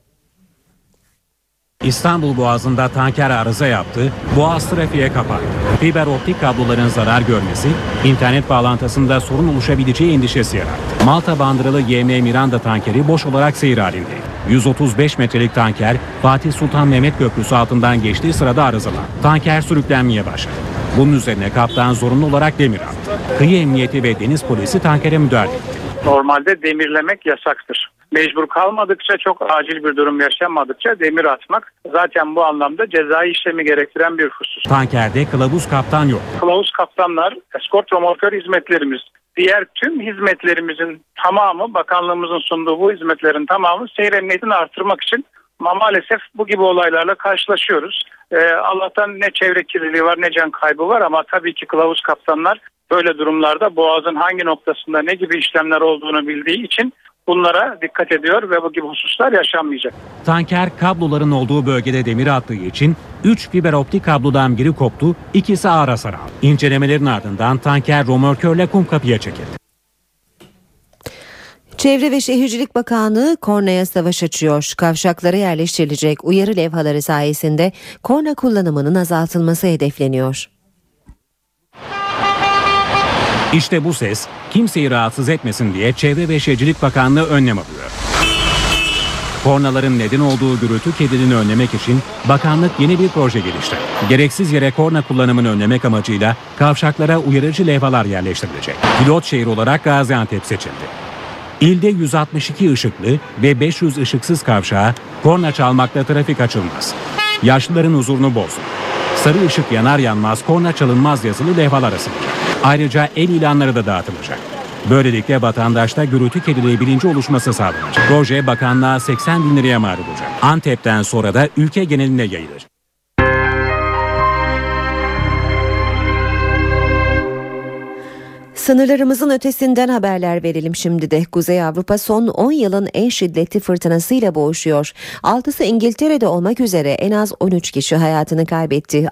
İstanbul Boğazı'nda tanker arıza yaptı, Boğaz trafiğe kapandı. Fiber optik kabloların zarar görmesi, internet bağlantısında sorun oluşabileceği endişesi yarattı. Malta bandırılı YM Miranda tankeri boş olarak seyir halindeydi. 135 metrelik tanker Fatih Sultan Mehmet Köprüsü altından geçtiği sırada arızalandı. Tanker sürüklenmeye başladı. Bunun üzerine kaptan zorunlu olarak demir attı. Kıyı Emniyeti ve Deniz Polisi tankere müdahale etti. Normalde demirlemek yasaktır. Mecbur kalmadıkça, çok acil bir durum yaşanmadıkça demir atmak zaten bu anlamda cezai işlemi gerektiren bir husus. Tankerde kılavuz kaptan yok. Kılavuz kaptanlar, eskort romorkör hizmetlerimiz, diğer tüm hizmetlerimizin tamamı, bakanlığımızın sunduğu bu hizmetlerin tamamı seyir emniyetini artırmak için maalesef bu gibi olaylarla karşılaşıyoruz. Allah'tan ne çevre kirliliği var ne can kaybı var ama tabii ki kılavuz kaptanlar böyle durumlarda Boğaz'ın hangi noktasında ne gibi işlemler olduğunu bildiği için bunlara dikkat ediyor ve bu gibi hususlar yaşanmayacak. Tanker kabloların olduğu bölgede demir attığı için 3 fiber optik kablodan biri koptu, ikisi ağır hasar aldı. İncelemelerin ardından tanker romorkörle Kumkapı'ya çekildi. Çevre ve Şehircilik Bakanlığı kornaya savaş açıyor. Kavşaklara yerleştirilecek uyarı levhaları sayesinde korna kullanımının azaltılması hedefleniyor. İşte bu ses kimseyi rahatsız etmesin diye Çevre ve Şehircilik Bakanlığı önlem alıyor. Kornaların neden olduğu gürültü kirliliğini önlemek için bakanlık yeni bir proje geliştirdi. Gereksiz yere korna kullanımını önlemek amacıyla kavşaklara uyarıcı levhalar yerleştirilecek. Pilot şehir olarak Gaziantep seçildi. İlde 162 ışıklı ve 500 ışıksız kavşağa korna çalmakla trafik açılmaz. Yaşlıların huzurunu bozdu. Sarı ışık yanar yanmaz korna çalınmaz yazılı levhalar asılacak. Ayrıca el ilanları da dağıtılacak. Böylelikle vatandaşta gürültü kirliliği bilinci oluşması sağlanacak. Proje bakanlığa 80 bin liraya mal olacak. Antep'ten sonra da ülke geneline yayılır. Sınırlarımızın ötesinden haberler verelim şimdi de. Kuzey Avrupa son 10 yılın en şiddetli fırtınasıyla boğuşuyor. 6'sı İngiltere'de olmak üzere en az 13 kişi hayatını kaybetti.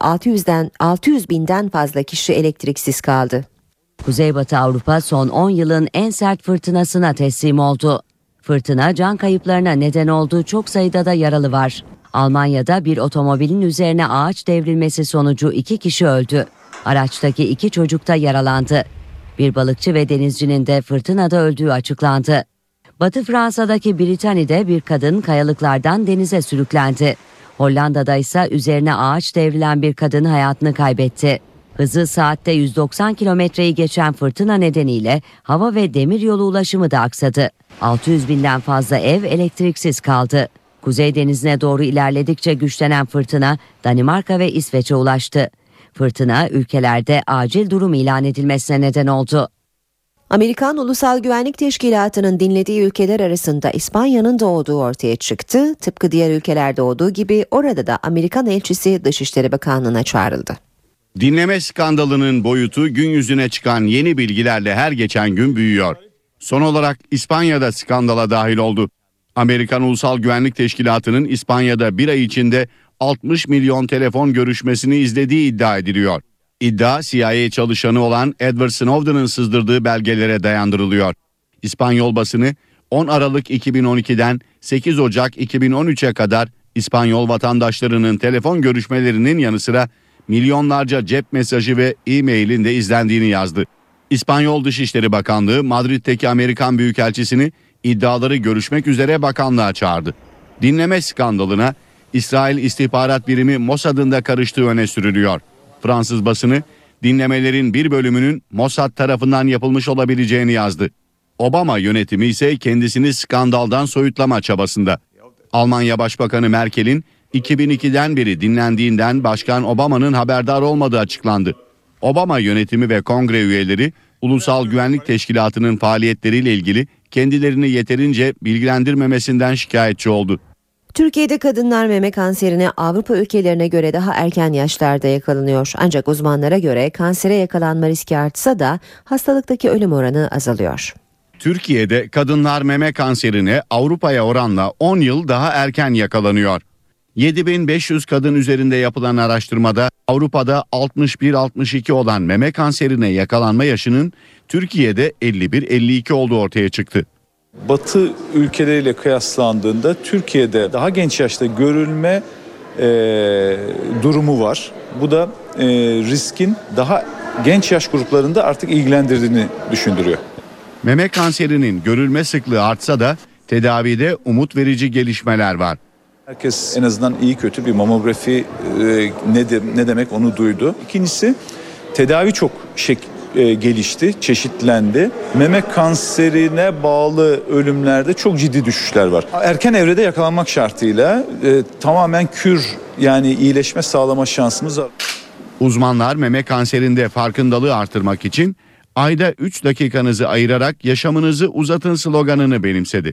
600 binden fazla kişi elektriksiz kaldı. Kuzeybatı Avrupa son 10 yılın en sert fırtınasına teslim oldu. Fırtına can kayıplarına neden oldu, çok sayıda da yaralı var. Almanya'da bir otomobilin üzerine ağaç devrilmesi sonucu 2 kişi öldü. Araçtaki 2 çocuk da yaralandı. Bir balıkçı ve denizcinin de fırtınada öldüğü açıklandı. Batı Fransa'daki Brittany'de bir kadın kayalıklardan denize sürüklendi. Hollanda'da ise üzerine ağaç devrilen bir kadın hayatını kaybetti. Hızı saatte 190 kilometreyi geçen fırtına nedeniyle hava ve demiryolu ulaşımı da aksadı. 600 binden fazla ev elektriksiz kaldı. Kuzey denizine doğru ilerledikçe güçlenen fırtına Danimarka ve İsveç'e ulaştı. Fırtına ülkelerde acil durum ilan edilmesine neden oldu. Amerikan Ulusal Güvenlik Teşkilatı'nın dinlediği ülkeler arasında İspanya'nın da olduğu ortaya çıktı. Tıpkı diğer ülkelerde olduğu gibi orada da Amerikan elçisi Dışişleri Bakanlığı'na çağrıldı. Dinleme skandalının boyutu gün yüzüne çıkan yeni bilgilerle her geçen gün büyüyor. Son olarak İspanya'da skandala dahil oldu. Amerikan Ulusal Güvenlik Teşkilatı'nın İspanya'da bir ay içinde 60 milyon telefon görüşmesini izlediği iddia ediliyor. İddia CIA çalışanı olan Edward Snowden'ın sızdırdığı belgelere dayandırılıyor. İspanyol basını 10 Aralık 2012'den 8 Ocak 2013'e kadar İspanyol vatandaşlarının telefon görüşmelerinin yanı sıra milyonlarca cep mesajı ve e-mailin de izlendiğini yazdı. İspanyol Dışişleri Bakanlığı Madrid'deki Amerikan Büyükelçisini iddiaları görüşmek üzere bakanlığa çağırdı. Dinleme skandalına İsrail İstihbarat Birimi Mossad'ın da karıştığı öne sürülüyor. Fransız basını dinlemelerin bir bölümünün Mossad tarafından yapılmış olabileceğini yazdı. Obama yönetimi ise kendisini skandaldan soyutlama çabasında. Almanya Başbakanı Merkel'in 2002'den beri dinlendiğinden Başkan Obama'nın haberdar olmadığı açıklandı. Obama yönetimi ve kongre üyeleri Ulusal Güvenlik Teşkilatı'nın faaliyetleriyle ilgili kendilerini yeterince bilgilendirmemesinden şikayetçi oldu. Türkiye'de kadınlar meme kanserine Avrupa ülkelerine göre daha erken yaşlarda yakalanıyor. Ancak uzmanlara göre kansere yakalanma riski artsa da hastalıktaki ölüm oranı azalıyor. Türkiye'de kadınlar meme kanserine Avrupa'ya oranla 10 yıl daha erken yakalanıyor. 7500 kadın üzerinde yapılan araştırmada Avrupa'da 61-62 olan meme kanserine yakalanma yaşının Türkiye'de 51-52 olduğu ortaya çıktı. Batı ülkeleriyle kıyaslandığında Türkiye'de daha genç yaşta görülme durumu var. Bu da riskin daha genç yaş gruplarında artık ilgilendirdiğini düşündürüyor. Meme kanserinin görülme sıklığı artsa da tedavide umut verici gelişmeler var. Herkes en azından iyi kötü bir mamografi nedir, ne demek onu duydu. İkincisi tedavi çok gelişti, çeşitlendi. Meme kanserine bağlı ölümlerde çok ciddi düşüşler var. Erken evrede yakalanmak şartıyla tamamen kür yani iyileşme sağlama şansımız var. Uzmanlar meme kanserinde farkındalığı artırmak için ayda 3 dakikanızı ayırarak yaşamınızı uzatın sloganını benimsedi.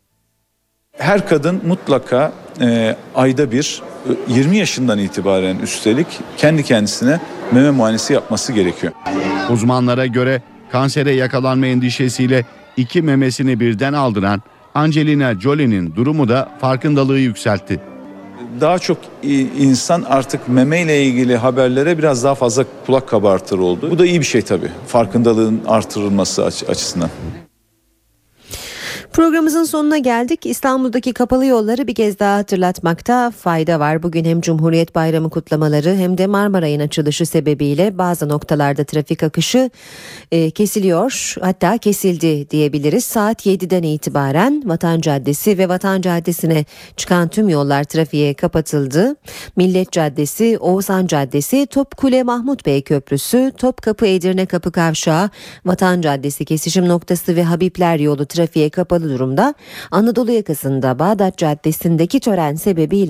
Her kadın mutlaka ayda bir 20 yaşından itibaren üstelik kendi kendisine meme muayenesi yapması gerekiyor. Uzmanlara göre kansere yakalanma endişesiyle 2 memesini birden aldıran Angelina Jolie'nin durumu da farkındalığı yükseltti. Daha çok insan artık meme ile ilgili haberlere biraz daha fazla kulak kabartır oldu. Bu da iyi bir şey tabii, farkındalığın artırılması açısından. Programımızın sonuna geldik. İstanbul'daki kapalı yolları bir kez daha hatırlatmakta fayda var. Bugün hem Cumhuriyet Bayramı kutlamaları hem de Marmaray'ın açılışı sebebiyle bazı noktalarda trafik akışı kesiliyor. Hatta kesildi diyebiliriz. Saat 7'den itibaren Vatan Caddesi ve Vatan Caddesi'ne çıkan tüm yollar trafiğe kapatıldı. Millet Caddesi, Oğuzhan Caddesi, Topkule Mahmut Bey Köprüsü, Topkapı Edirne Kapı Kavşağı, Vatan Caddesi kesişim noktası ve Habibler yolu trafiğe kapalı durumda. Anadolu yakasında Bağdat Caddesi'ndeki tören sebebiyle de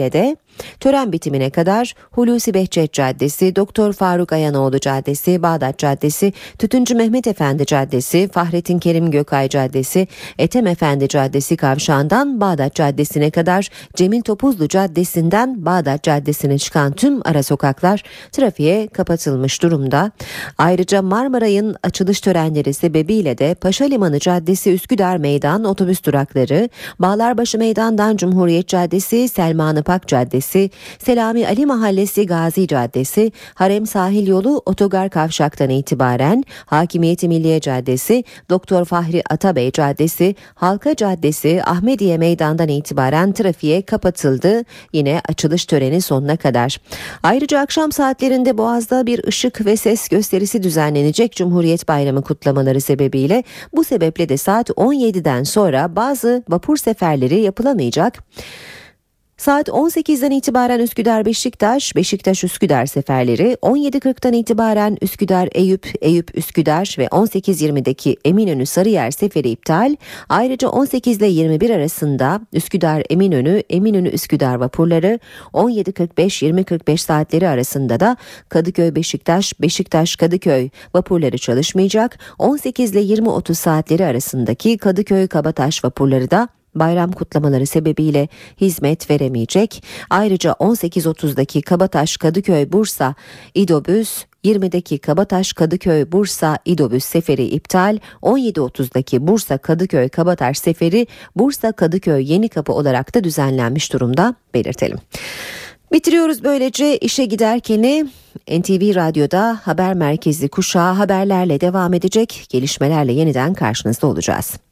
Tören bitimine kadar Hulusi Behçet Caddesi, Doktor Faruk Ayanoğlu Caddesi, Bağdat Caddesi, Tütüncü Mehmet Efendi Caddesi, Fahrettin Kerim Gökay Caddesi, Ethem Efendi Caddesi kavşağından Bağdat Caddesi'ne kadar, Cemil Topuzlu Caddesi'nden Bağdat Caddesi'ne çıkan tüm ara sokaklar trafiğe kapatılmış durumda. Ayrıca Marmaray'ın açılış törenleri sebebiyle de Paşa Limanı Caddesi, Üsküdar Meydan otobüs durakları, Bağlarbaşı Meydan'dan Cumhuriyet Caddesi, Selman Ipak Caddesi, Selami Ali Mahallesi, Gazi Caddesi, Harem Sahil Yolu Otogar Kavşak'tan itibaren Hakimiyeti Milliye Caddesi, Doktor Fahri Atabey Caddesi, Halka Caddesi, Ahmediye Meydan'dan itibaren trafiğe kapatıldı. Yine açılış töreni sonuna kadar. Ayrıca akşam saatlerinde Boğaz'da bir ışık ve ses gösterisi düzenlenecek Cumhuriyet Bayramı kutlamaları sebebiyle. Bu sebeple de saat 17'den sonra bazı vapur seferleri yapılamayacak. Saat 18'den itibaren Üsküdar-Beşiktaş, Beşiktaş-Üsküdar seferleri, 17.40'dan itibaren Üsküdar-Eyüp, Eyüp-Üsküdar ve 18.20'deki Eminönü-Sarıyer seferi iptal. Ayrıca 18 ile 21 arasında Üsküdar-Eminönü, Eminönü-Üsküdar vapurları, 17.45-20.45 saatleri arasında da Kadıköy-Beşiktaş, Beşiktaş-Kadıköy vapurları çalışmayacak. 18 ile 20.30 saatleri arasındaki Kadıköy-Kabataş vapurları da bayram kutlamaları sebebiyle hizmet veremeyecek. Ayrıca 18.30'daki Kabataş Kadıköy Bursa İdobüs, 20'deki Kabataş Kadıköy Bursa İdobüs seferi iptal. 17.30'daki Bursa Kadıköy Kabataş seferi Bursa Kadıköy Yenikapı olarak da düzenlenmiş durumda, belirtelim. Bitiriyoruz böylece işe giderkeni. NTV Radyo'da haber merkezi kuşağı haberlerle devam edecek. Gelişmelerle yeniden karşınızda olacağız.